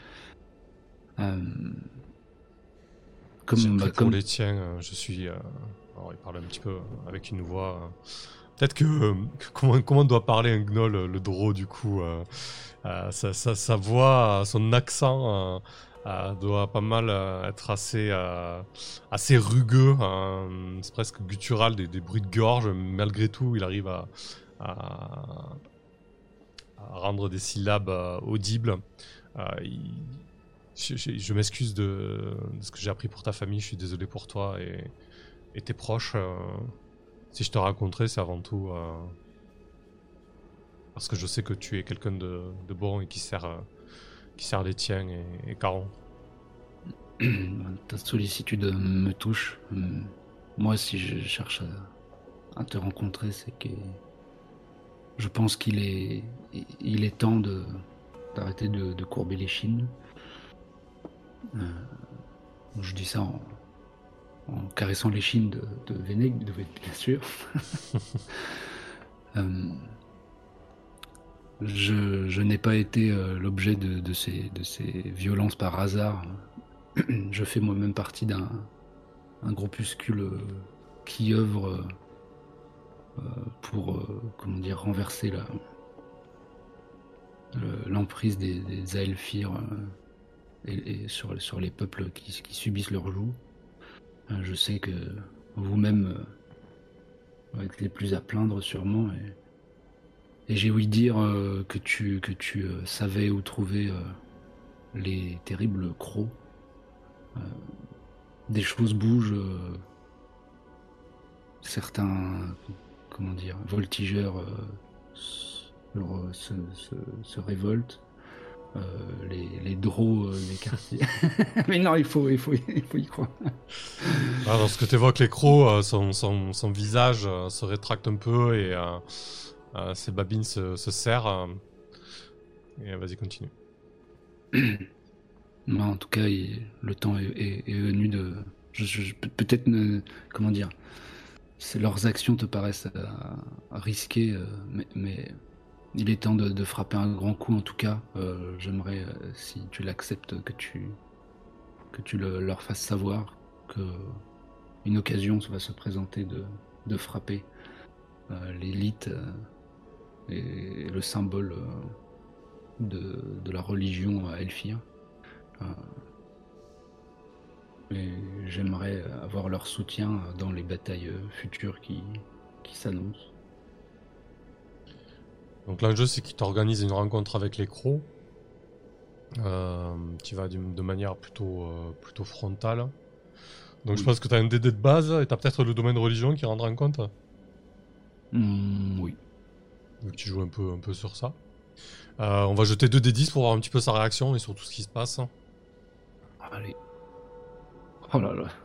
Pour les tiens, je suis... alors il parle un petit peu avec une voix... peut-être que comment doit parler un gnoll, le drô, du coup. Sa voix, son accent doit pas mal être assez rugueux. C'est presque guttural, des bruits de gorge. Malgré tout, il arrive à rendre des syllabes audibles. Je m'excuse de ce que j'ai appris pour ta famille, je suis désolé pour toi et tes proches. Si je te raconterai, c'est avant tout parce que je sais que tu es quelqu'un de bon et qui sert les tiens et Caron. Ta sollicitude me touche. Moi, si je cherche à te rencontrer, c'est que je pense qu'il est temps d'arrêter de courber les chines. Je dis ça en caressant les chines de Vénègue, bien sûr. Je n'ai pas été l'objet de ces violences par hasard. Je fais moi-même partie un groupuscule qui œuvre pour renverser l'emprise des Aelfir et sur les peuples qui subissent leur joug. Je sais que vous-même êtes les plus à plaindre sûrement, et j'ai ouï dire que tu savais où trouver les terribles crocs. Des choses bougent, certains voltigeurs se révoltent, les drôles des quartiers. Mais non, il faut y croire. Lorsque tu évoques les crocs, son visage se rétracte un peu et ses babines se serrent. Et vas-y, continue. En tout cas, le temps est venu de... peut-être leurs actions te paraissent risquées, mais il est temps de frapper un grand coup. En tout cas, j'aimerais, si tu l'acceptes, que tu leur fasses savoir que une occasion va se présenter de frapper l'élite et le symbole de la religion Aelfir. Et j'aimerais avoir leur soutien dans les batailles futures qui s'annoncent. Donc l'enjeu, c'est qu'ils t'organisent une rencontre avec les crocs. Tu vas de manière plutôt frontale. Donc je pense que tu as un DD de base et tu as peut-être le domaine de religion qui rentre en compte. Oui. Donc tu joues un peu sur ça. On va jeter 2d10 pour voir un petit peu sa réaction et sur tout ce qui se passe. Allez. Oh là là.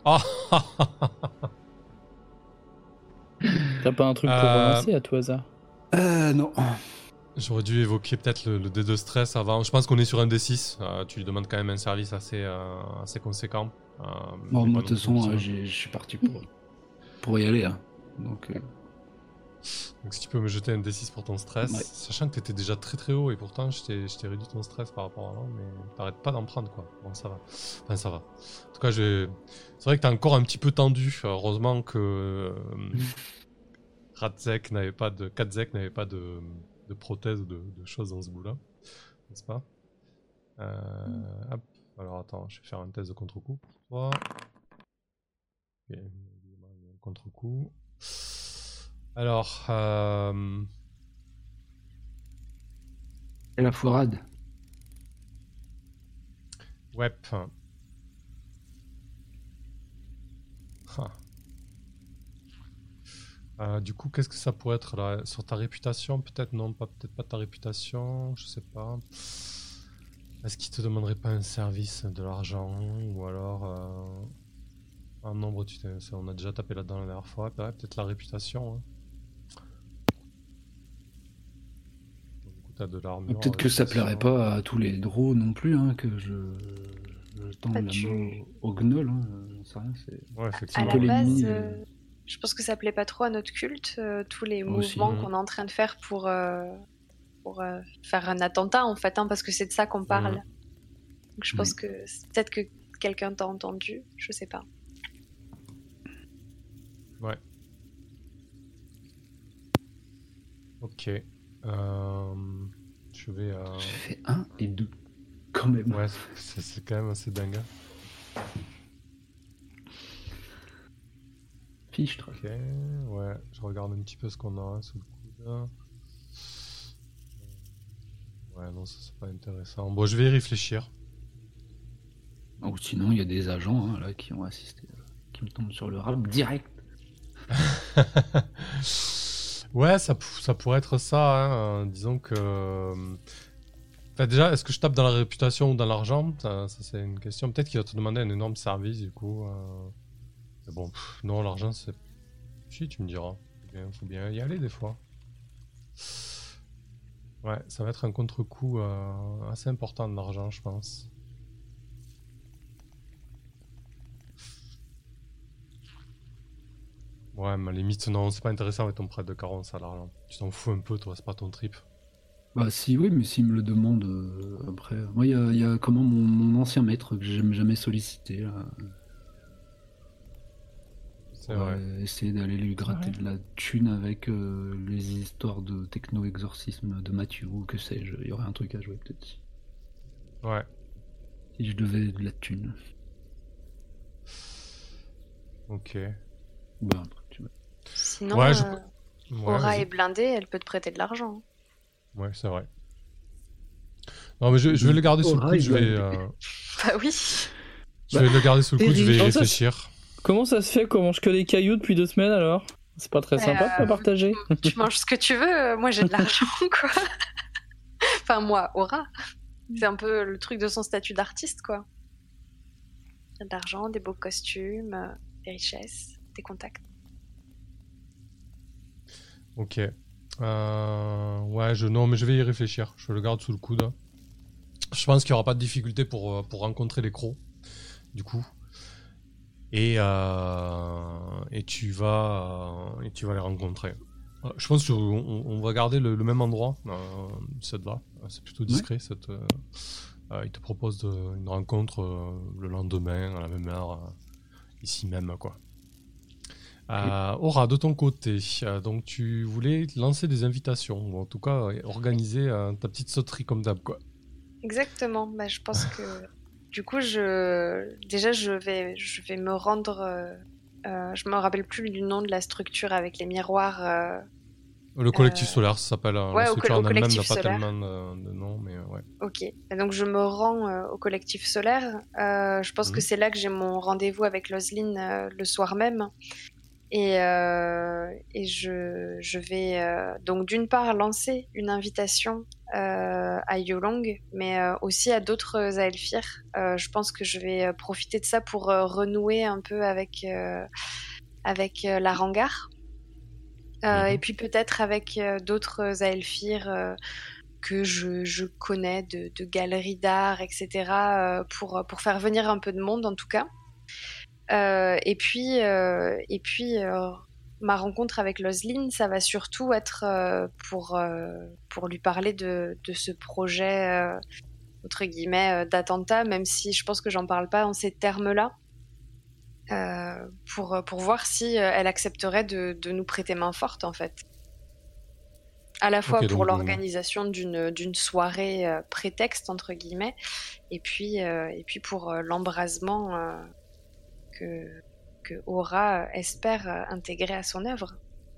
T'as pas un truc pour relancer à tout hasard? Non. J'aurais dû évoquer peut-être le D2 stress avant. Je pense qu'on est sur un D6. Tu lui demandes quand même un service assez conséquent. Moi, de toute façon, je suis parti pour y aller. Hein. Donc si tu peux me jeter un D6 pour ton stress, ouais. Sachant que t'étais déjà très très haut et pourtant je t'ai réduit ton stress par rapport à avant, mais t'arrêtes pas d'en prendre quoi. Bon, ça va. Enfin, ça va. En tout cas, c'est vrai que t'es encore un petit peu tendu. Heureusement que Kadzek n'avait pas de prothèse ou de choses dans ce bout-là, n'est-ce pas? Hop. Alors attends, je vais faire un test de contre-coup pour toi. Okay. Contre-coup. Alors, et la foirade. Ouais. Du coup, qu'est-ce que ça pourrait être là? Sur ta réputation, peut-être non, peut-être pas ta réputation, je sais pas. Est-ce qu'il te demanderait pas un service, de l'argent, ou alors un nombre? On a déjà tapé là-dedans la dernière fois. Ouais, peut-être la réputation. Hein. Du coup, t'as de l'armure. Peut-être que ça plairait pas à tous les drôles non plus, hein, que je tends la main au gnoll. Hein, ça rien, c'est... Ouais, effectivement. À la base, je pense que ça plaît pas trop à notre culte, tous les mouvements qu'on est en train de faire pour faire un attentat en fait, hein, parce que c'est de ça qu'on parle. Donc je pense que peut-être que quelqu'un t'a entendu, je sais pas. Ouais. Ok. Je vais... J'ai fait 1 et 2, quand même. Ouais, c'est quand même assez dingue. Fichtre. Ok, ouais, je regarde un petit peu ce qu'on a sous le coude. Ouais, non, ça c'est pas intéressant. Bon, je vais y réfléchir. Ou sinon, il y a des agents hein, là qui ont assisté, qui me tombent sur le rap direct. Ouais, ça pourrait être ça. Hein. Disons que... Enfin, déjà, est-ce que je tape dans la réputation ou dans l'argent? Ça c'est une question. Peut-être qu'il va te demander un énorme service, du coup. Mais bon, non, l'argent, c'est... Si, tu me diras. Faut bien y aller, des fois. Ouais, ça va être un contre-coup assez important de l'argent, je pense. Ouais, mais limite, non, c'est pas intéressant avec ton prêt de carence à l'argent. Tu t'en fous un peu, toi, c'est pas ton trip. Bah si, oui, mais s'il me le demande après... Moi, il y a comment mon ancien maître que j'aime jamais solliciter, là. essayer d'aller lui gratter de la thune avec les histoires de techno-exorcisme de Mathieu, ou que sais-je. Il y aurait un truc à jouer peut-être. Ouais. Si je devais de la thune. Ok. Bah, après, tu vois. Sinon, Ouais, Aura vas-y. est blindée, elle peut te prêter de l'argent. Ouais, c'est vrai. Non, mais je vais le garder sous le Aura coude, est je vais, Bah oui. je vais le garder sous le coude, je vais y Eric, réfléchir. Comment ça se fait qu'on mange que des cailloux depuis 2 semaines alors? C'est pas très sympa de pas partager. Tu manges ce que tu veux, moi j'ai de l'argent, quoi. Enfin, moi, Aura. C'est un peu le truc de son statut d'artiste, quoi. Il y a de l'argent, des beaux costumes, des richesses, des contacts. Ok. Ouais, non, mais je vais y réfléchir. Je le garde sous le coude. Je pense qu'il n'y aura pas de difficulté pour rencontrer les crocs, du coup. Et tu vas les rencontrer. Je pense qu'on va garder le même endroit. Ça te va. C'est plutôt discret. Il te propose une rencontre le lendemain, à la même heure, ici même, quoi. Aura, de ton côté, donc tu voulais lancer des invitations, ou en tout cas organiser ta petite sauterie comme d'hab, quoi. Exactement. Bah, je pense que du coup, je vais me rendre. Je me rappelle plus du nom de la structure avec les miroirs. Le collectif solaire, ça s'appelle. Ouais, la structure au en elle-même n'a collectif pas solaire. tellement de nom, mais ouais. Ok. Et donc je me rends au collectif solaire. Je pense que c'est là que j'ai mon rendez-vous avec Loseline le soir même. Et je vais donc d'une part lancer une invitation à Yolong, mais aussi à d'autres Aelfir. Je pense que je vais profiter de ça pour renouer un peu avec la Rangar. Et puis peut-être avec d'autres Aelfir que je connais de galeries d'art, etc. Pour faire venir un peu de monde en tout cas. Et puis ma rencontre avec Loseline, ça va surtout être pour lui parler de ce projet entre guillemets d'attentat, même si je pense que j'en parle pas en ces termes-là, pour voir si elle accepterait de nous prêter main forte en fait. À la fois pour l'organisation d'une soirée prétexte entre guillemets, et puis pour l'embrasement que Aura espère intégrer à son œuvre.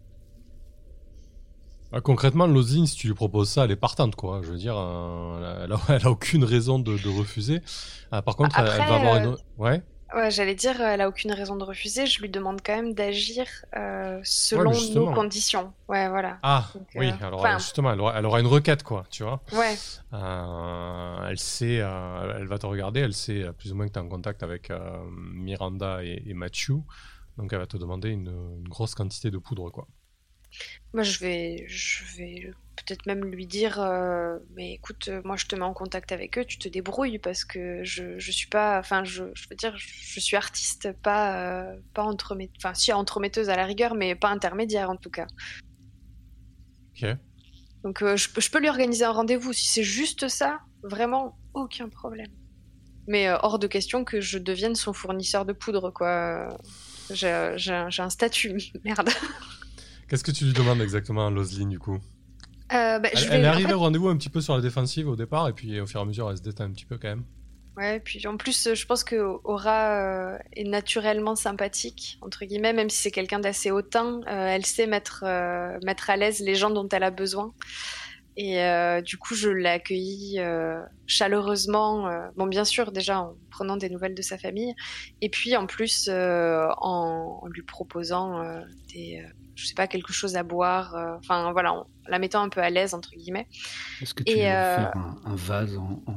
Concrètement, Loseline, si tu lui proposes ça, elle est partante, quoi. Je veux dire, elle a aucune raison de refuser. Par contre, après, elle va avoir une... Ouais, j'allais dire, elle a aucune raison de refuser. Je lui demande quand même d'agir selon nos conditions. Ouais, voilà. Ah, donc, oui, alors justement, elle aura une requête, quoi, tu vois. Ouais. Elle sait, elle va te regarder, elle sait plus ou moins que tu es en contact avec Miranda et Mathieu, donc elle va te demander une grosse quantité de poudre, quoi. Moi, je vais peut-être même lui dire, mais écoute, moi je te mets en contact avec eux, tu te débrouilles parce que je suis pas, enfin je veux dire, je suis artiste, pas enfin si entremetteuse à la rigueur, mais pas intermédiaire en tout cas. Ok. Donc je peux lui organiser un rendez-vous si c'est juste ça, vraiment aucun problème. Mais hors de question que je devienne son fournisseur de poudre, quoi. J'ai un statut, merde. Qu'est-ce que tu lui demandes exactement à Loseline, du coup? Elle est arrivée au rendez-vous un petit peu sur la défensive au départ, et puis au fur et à mesure, elle se détend un petit peu quand même. Ouais, puis en plus, je pense que Aura est naturellement sympathique, entre guillemets, même si c'est quelqu'un d'assez hautain. Elle sait mettre à l'aise les gens dont elle a besoin. Et du coup, je l'ai accueillie chaleureusement. Bon, bien sûr, déjà en prenant des nouvelles de sa famille, et puis en plus en lui proposant je sais pas, quelque chose à boire. Enfin voilà, en la mettant un peu à l'aise entre guillemets. Est-ce que tu veux faire un vase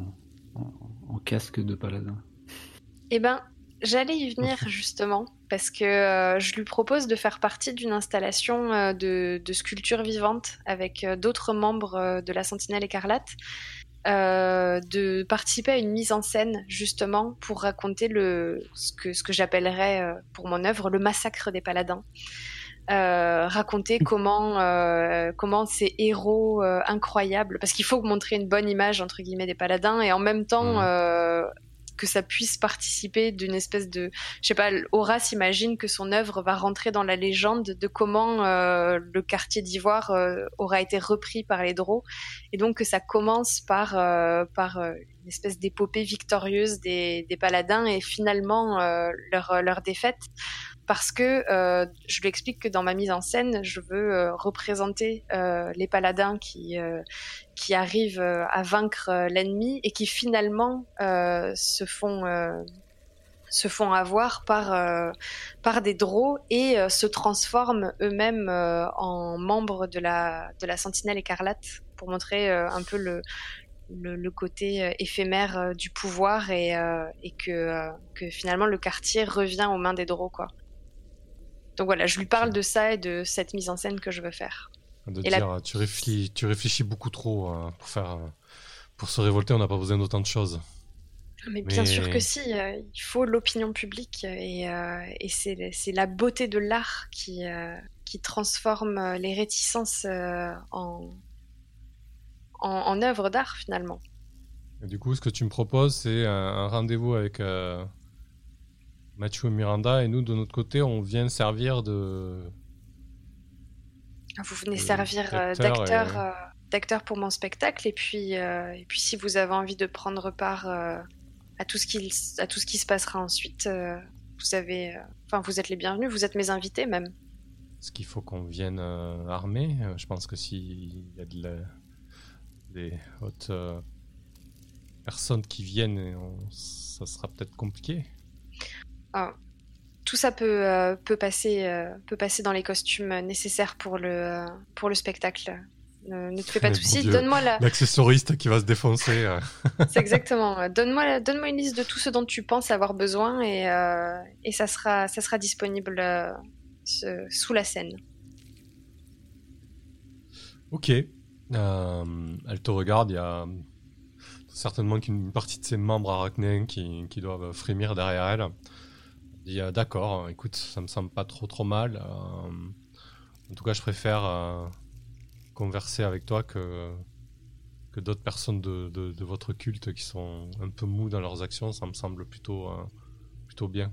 en casque de paladin? Eh ben, j'allais y venir justement, parce que je lui propose de faire partie d'une installation de sculpture vivante avec d'autres membres de la Sentinelle Écarlate, de participer à une mise en scène justement pour raconter ce que j'appellerais pour mon œuvre le massacre des paladins. Raconter comment ces héros incroyables, parce qu'il faut montrer une bonne image entre guillemets des paladins, et en même temps que ça puisse participer d'une espèce de, je sais pas, Horace imagine que son œuvre va rentrer dans la légende de comment le quartier d'Ivoire aura été repris par les Draux, et donc que ça commence par une espèce d'épopée victorieuse des paladins et finalement leur défaite. Parce que je lui explique que dans ma mise en scène, je veux représenter les paladins qui arrivent à vaincre l'ennemi et qui finalement se font avoir par des Draux et se transforment eux-mêmes en membres de la Sentinelle écarlate, pour montrer un peu le côté éphémère du pouvoir et que finalement le quartier revient aux mains des Draux, quoi. Donc voilà, je lui parle de ça et de cette mise en scène que je veux faire. Tu réfléchis beaucoup trop pour se révolter, on n'a pas besoin d'autant de choses. Mais bien sûr que si, il faut l'opinion publique et c'est la beauté de l'art qui transforme les réticences en œuvre d'art finalement. Et du coup, ce que tu me proposes, c'est un rendez-vous avec Mathieu et Miranda, et nous, de notre côté, on vient servir de... Vous venez servir d'acteur pour mon spectacle, et puis si vous avez envie de prendre part à tout ce qui se passera ensuite, vous êtes les bienvenus, vous êtes mes invités même. Est-ce qu'il faut qu'on vienne armé ? Je pense que s'il y a des hautes personnes qui viennent, ça sera peut-être compliqué. Tout ça peut passer dans les costumes nécessaires pour le spectacle. Ne te fais pas de soucis. Donne-moi l'accessoriste qui va se défoncer. C'est exactement. Donne-moi une liste de tout ce dont tu penses avoir besoin et ça sera disponible sous la scène. Ok. Elle te regarde. Il y a certainement qu'une partie de ses membres arachnéens qui doivent frémir derrière elle. Elle dit d'accord, écoute, ça me semble pas trop mal. En tout cas, je préfère converser avec toi que d'autres personnes de votre culte qui sont un peu mous dans leurs actions. Ça me semble plutôt bien.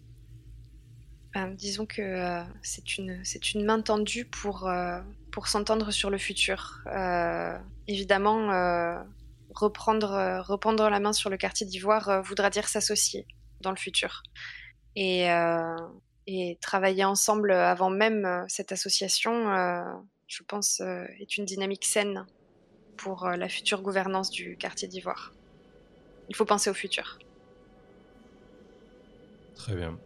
Disons que c'est une main tendue pour s'entendre sur le futur. Évidemment, reprendre la main sur le quartier d'Ivoire voudra dire s'associer dans le futur. Et travailler ensemble avant même cette association, je pense, est une dynamique saine pour la future gouvernance du quartier d'Ivoire. Il faut penser au futur. Très bien.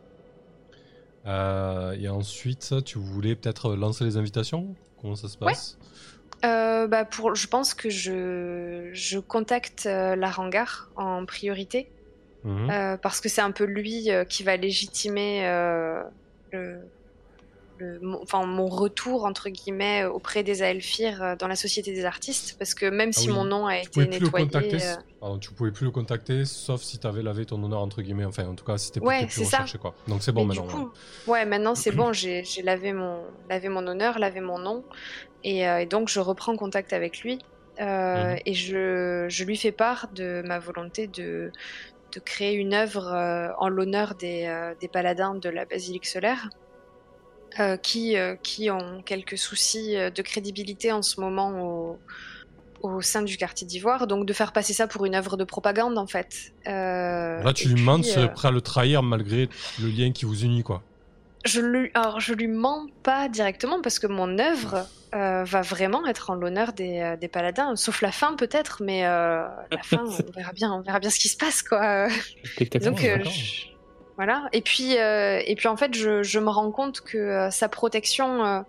Et ensuite, tu voulais peut-être lancer les invitations ? Comment ça se passe ? Je pense que je contacte l'Arangar en priorité. Parce que c'est un peu lui qui va légitimer mon retour entre guillemets auprès des Aelfir dans la Société des Artistes, parce que même si mon nom a été nettoyé, tu pouvais plus le contacter sauf si tu avais lavé ton honneur entre guillemets, enfin en tout cas c'était plus recherché quoi. Donc c'est bon. Mais maintenant. Maintenant c'est bon, j'ai lavé mon honneur, lavé mon nom et donc je reprends contact avec lui et je lui fais part de ma volonté de créer une œuvre en l'honneur des paladins de la basilique solaire qui ont quelques soucis de crédibilité en ce moment au sein du quartier d'Ivoire, donc de faire passer ça pour une œuvre de propagande en fait. Là tu lui demandes si tu es prêt à le trahir malgré le lien qui vous unit quoi. Je lui mens pas directement parce que mon œuvre va vraiment être en l'honneur des paladins, sauf la fin peut-être, mais la fin on verra bien ce qui se passe quoi. Donc voilà. Et puis en fait je me rends compte que sa protection,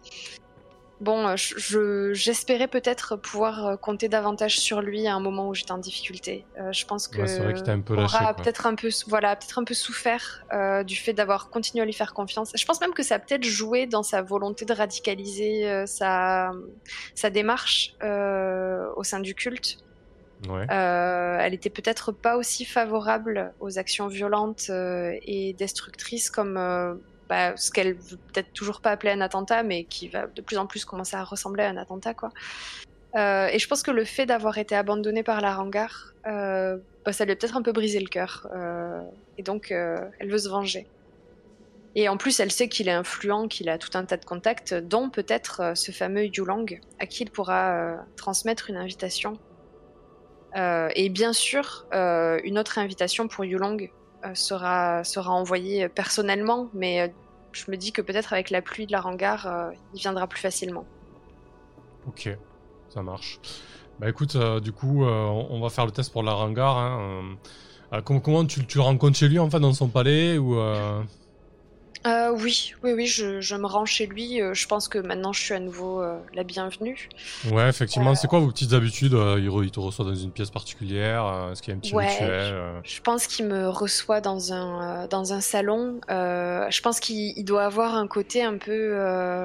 j'espérais peut-être pouvoir compter davantage sur lui à un moment où j'étais en difficulté. Je pense que c'est vrai qu'il t'a un peu lâché, peut-être un peu souffert du fait d'avoir continué à lui faire confiance. Je pense même que ça a peut-être joué dans sa volonté de radicaliser sa démarche au sein du culte. Ouais. Elle était peut-être pas aussi favorable aux actions violentes et destructrices comme ce qu'elle veut peut-être toujours pas appeler un attentat, mais qui va de plus en plus commencer à ressembler à un attentat, quoi. Et je pense que le fait d'avoir été abandonnée par la Rangar, ça lui a peut-être un peu brisé le cœur. Et donc, elle veut se venger. Et en plus, elle sait qu'il est influent, qu'il a tout un tas de contacts, dont peut-être ce fameux Yulang, à qui il pourra transmettre une invitation. Et bien sûr, une autre invitation pour Yulang sera envoyée personnellement, mais je me dis que peut-être avec l'appui de la Rangar, il viendra plus facilement. Ok, ça marche. Bah écoute, du coup, on va faire le test pour la Rangar. Hein. Comment tu le rencontres chez lui, en fait, dans son palais ou Oui, je me rends chez lui. Je pense que maintenant je suis à nouveau la bienvenue. Ouais, effectivement. C'est quoi vos petites habitudes? Il te reçoit dans une pièce particulière? Est-ce qu'il y a un petit rituel? Je pense qu'il me reçoit dans un salon. Je pense qu'il doit avoir un côté un peu...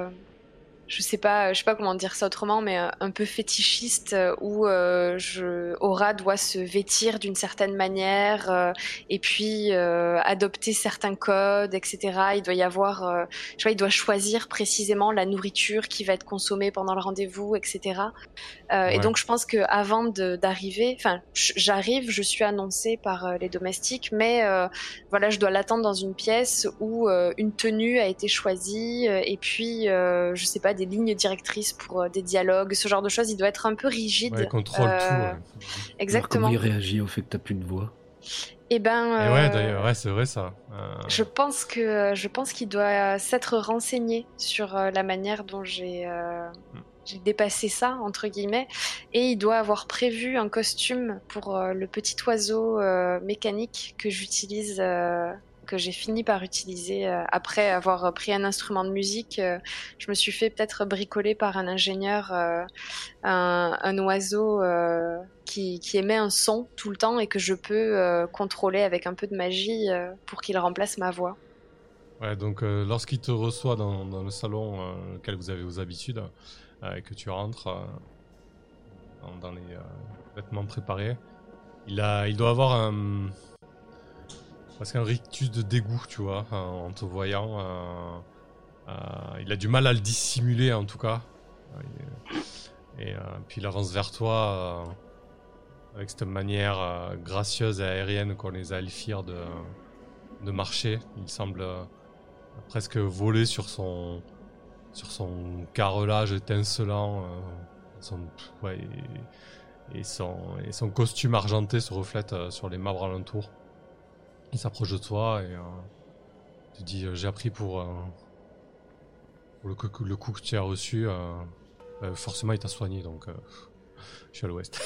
je sais pas comment dire ça autrement, mais un peu fétichiste où Aura doit se vêtir d'une certaine manière et puis adopter certains codes, etc. Il doit y avoir, il doit choisir précisément la nourriture qui va être consommée pendant le rendez-vous, etc. Et donc je pense que avant d'arriver, enfin j'arrive, je suis annoncée par les domestiques, mais voilà, je dois l'attendre dans une pièce où une tenue a été choisie et puis je sais pas, des lignes directrices pour des dialogues, ce genre de choses. Il doit être un peu rigide. Ouais, il contrôle tout. Ouais. Exactement. Alors, comment il réagit au fait que t'as plus de voix? Et ben. Et ouais, d'ailleurs, ouais, c'est vrai ça. Je pense qu'il doit s'être renseigné sur la manière dont j'ai dépassé ça, entre guillemets, et il doit avoir prévu un costume pour le petit oiseau mécanique que j'utilise, que j'ai fini par utiliser après avoir pris un instrument de musique. Je me suis fait peut-être bricoler par un ingénieur un oiseau qui émet un son tout le temps et que je peux contrôler avec un peu de magie pour qu'il remplace ma voix. Ouais, donc lorsqu'il te reçoit dans le salon auquel vous avez vos habitudes, et que tu rentres dans les vêtements préparés, il doit avoir presque un rictus de dégoût, tu vois, en te voyant. Il a du mal à le dissimuler, en tout cas. Et puis il avance vers toi avec cette manière gracieuse et aérienne qu'ont les Aelfir de marcher. Il semble presque voler sur son carrelage étincelant, et son costume argenté se reflète sur les marbres alentours. Il s'approche de toi et te dit j'ai appris pour le coup que tu as reçu. Forcément, il t'a soigné, donc je suis à l'ouest.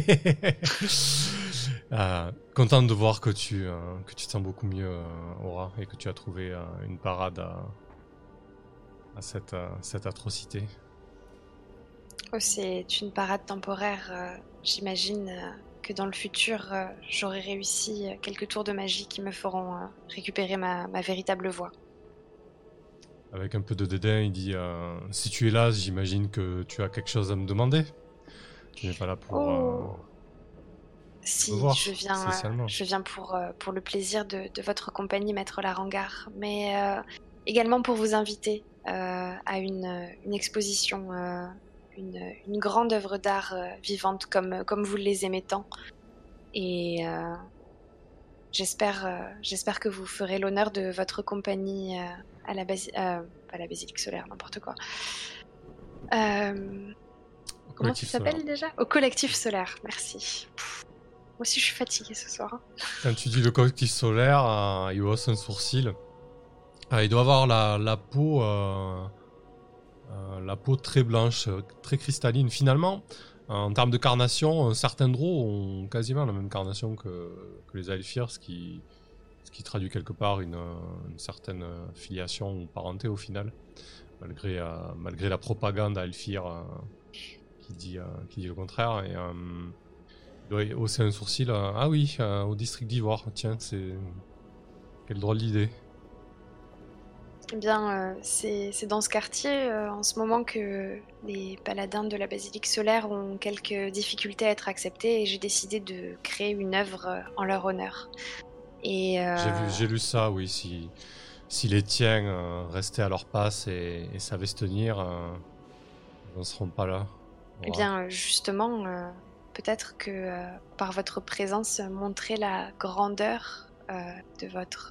Content de voir que tu te sens beaucoup mieux, Aura, et que tu as trouvé une parade à cette atrocité. Oh, c'est une parade temporaire. J'imagine que dans le futur, j'aurai réussi quelques tours de magie qui me feront récupérer ma véritable voix. Avec un peu de dédain, il dit si tu es là, j'imagine que tu as quelque chose à me demander. Tu n'es pas là pour... Si, voir, je viens pour le plaisir de votre compagnie, Maître la Rangar, mais également pour vous inviter à une exposition, une grande œuvre d'art vivante comme vous les aimez tant. Et j'espère que vous ferez l'honneur de votre compagnie à la pas la basilique solaire, n'importe quoi. Comment ça s'appelle déjà ? Au collectif solaire, merci. Moi aussi je suis fatiguée ce soir. Quand tu dis le collectif solaire, il hausse un sourcil. Il doit avoir la peau très blanche, très cristalline. Finalement, en termes de carnation, certains Drow ont quasiment la même carnation que les Aelfir, ce qui traduit quelque part une certaine filiation ou parenté au final, malgré la propagande Aelfir qui dit le contraire. Et il doit hausser un sourcil. Ah oui, au district d'Ivoire. Tiens, quelle drôle d'idée. Eh bien, c'est dans ce quartier en ce moment que les paladins de la basilique solaire ont quelques difficultés à être acceptés et j'ai décidé de créer une œuvre en leur honneur. Et j'ai lu ça, oui. Si les tiens restaient à leur passe et savaient se tenir, ils n'en seront pas là. Eh bien, justement, peut-être que par votre présence, montrer la grandeur de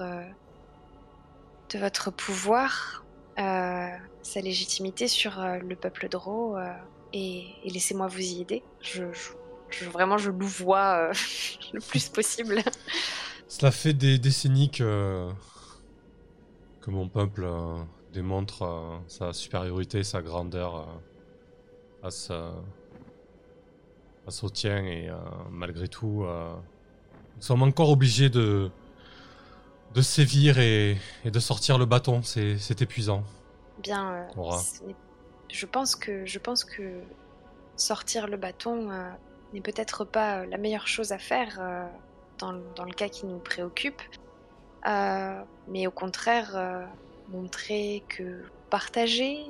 votre pouvoir, sa légitimité sur le peuple Drow, et laissez-moi vous y aider. Vraiment, je louvoie le plus possible. Cela fait des décennies que mon peuple démontre sa supériorité, sa grandeur face au tien, et malgré tout, nous sommes encore obligés de sévir et de sortir le bâton. C'est épuisant. Bien, je pense que sortir le bâton n'est peut-être pas la meilleure chose à faire dans le cas qui nous préoccupe, mais au contraire, montrer que partager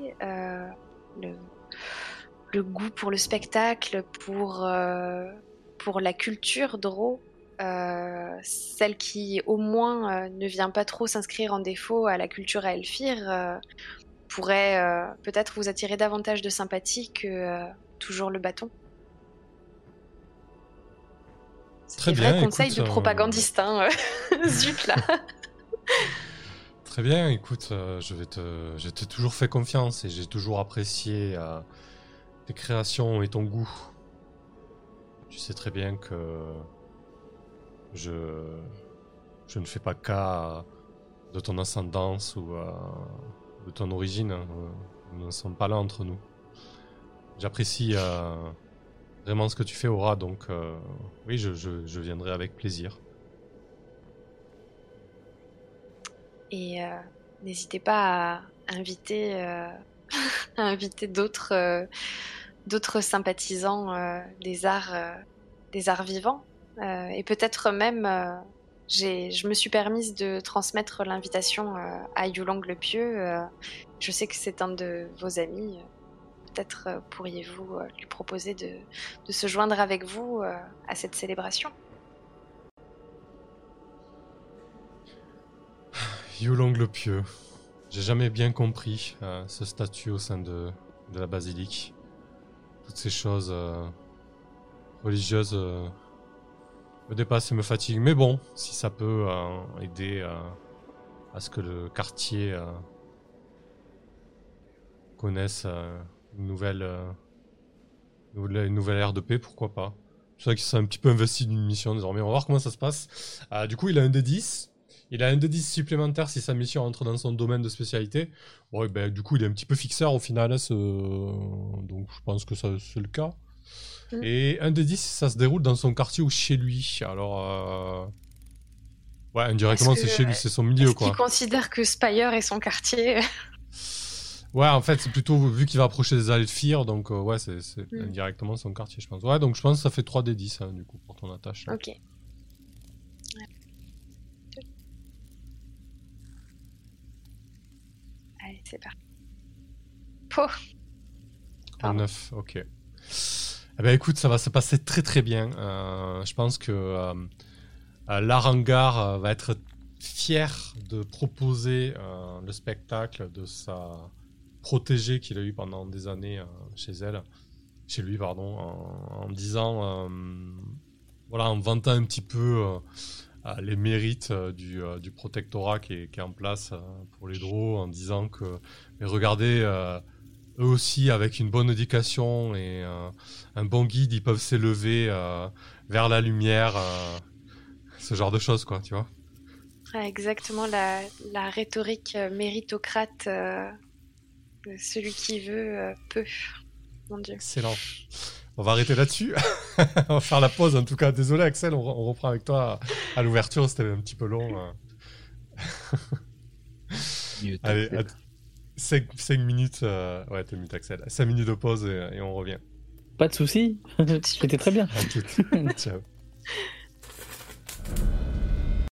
le goût pour le spectacle, pour la culture Drow, celle qui au moins ne vient pas trop s'inscrire en défaut à la culture à Elfir, pourrait peut-être vous attirer davantage de sympathie que toujours le bâton. Très bien. Vrai conseil de propagandiste, hein. Zut là. Très bien, écoute, je t'ai toujours fait confiance et j'ai toujours apprécié tes créations et ton goût. Tu sais très bien que je ne fais pas cas de ton ascendance ou de ton origine. Nous ne sommes pas là entre nous. J'apprécie vraiment ce que tu fais, Aura, donc oui, je viendrai avec plaisir. Et n'hésitez pas à inviter, d'autres sympathisants des arts vivants. Et peut-être même, je me suis permise de transmettre l'invitation à Yulong le Pieux. Je sais que c'est un de vos amis. Peut-être pourriez-vous lui proposer de se joindre avec vous à cette célébration. Yulong le Pieux. J'ai jamais bien compris ce statut au sein de la basilique. Toutes ces choses religieuses me dépassent et me fatiguent. Mais bon, si ça peut aider à ce que le quartier connaisse une nouvelle ère de paix, pourquoi pas. C'est vrai qu'il s'est un petit peu investi d'une mission désormais. On va voir comment ça se passe. Du coup, il a un D10. Il a un D10 supplémentaire si sa mission entre dans son domaine de spécialité. Bon, et ben, du coup, il est un petit peu fixeur au final. Donc, je pense que ça, c'est le cas. Et un D10 si ça se déroule dans son quartier ou chez lui. Alors, ouais, indirectement, c'est chez lui, c'est son milieu, quoi. Il considère que Spire est son quartier. Ouais, en fait, c'est plutôt vu qu'il va approcher des Elfir, donc ouais, c'est indirectement son quartier, je pense. Ouais, donc je pense que ça fait 3D10, hein, du coup, pour ton attache. Ok. Allez, c'est parti. Oh. 9, ok. Eh ben écoute, ça va se passer très très bien. Je pense que Larangar va être fier de proposer le spectacle de sa protégée qu'il a eu pendant des années chez lui, en disant, voilà, en vantant un petit peu les mérites du protectorat qui est en place pour les Drow, en disant que, mais regardez, eux aussi, avec une bonne éducation et un bon guide, ils peuvent s'élever vers la lumière, ce genre de choses, quoi, tu vois. Exactement, la rhétorique méritocrate, celui qui veut peut. Mon Dieu. Excellent. On va arrêter là-dessus. On va faire la pause, en tout cas. Désolé, Axel, on reprend avec toi à l'ouverture, c'était un petit peu long. Allez, 5 minutes. Ouais, t'es mute, Axel. 5 minutes de pause et on revient. Pas de soucis. C'était très bien. À toutes. Ciao.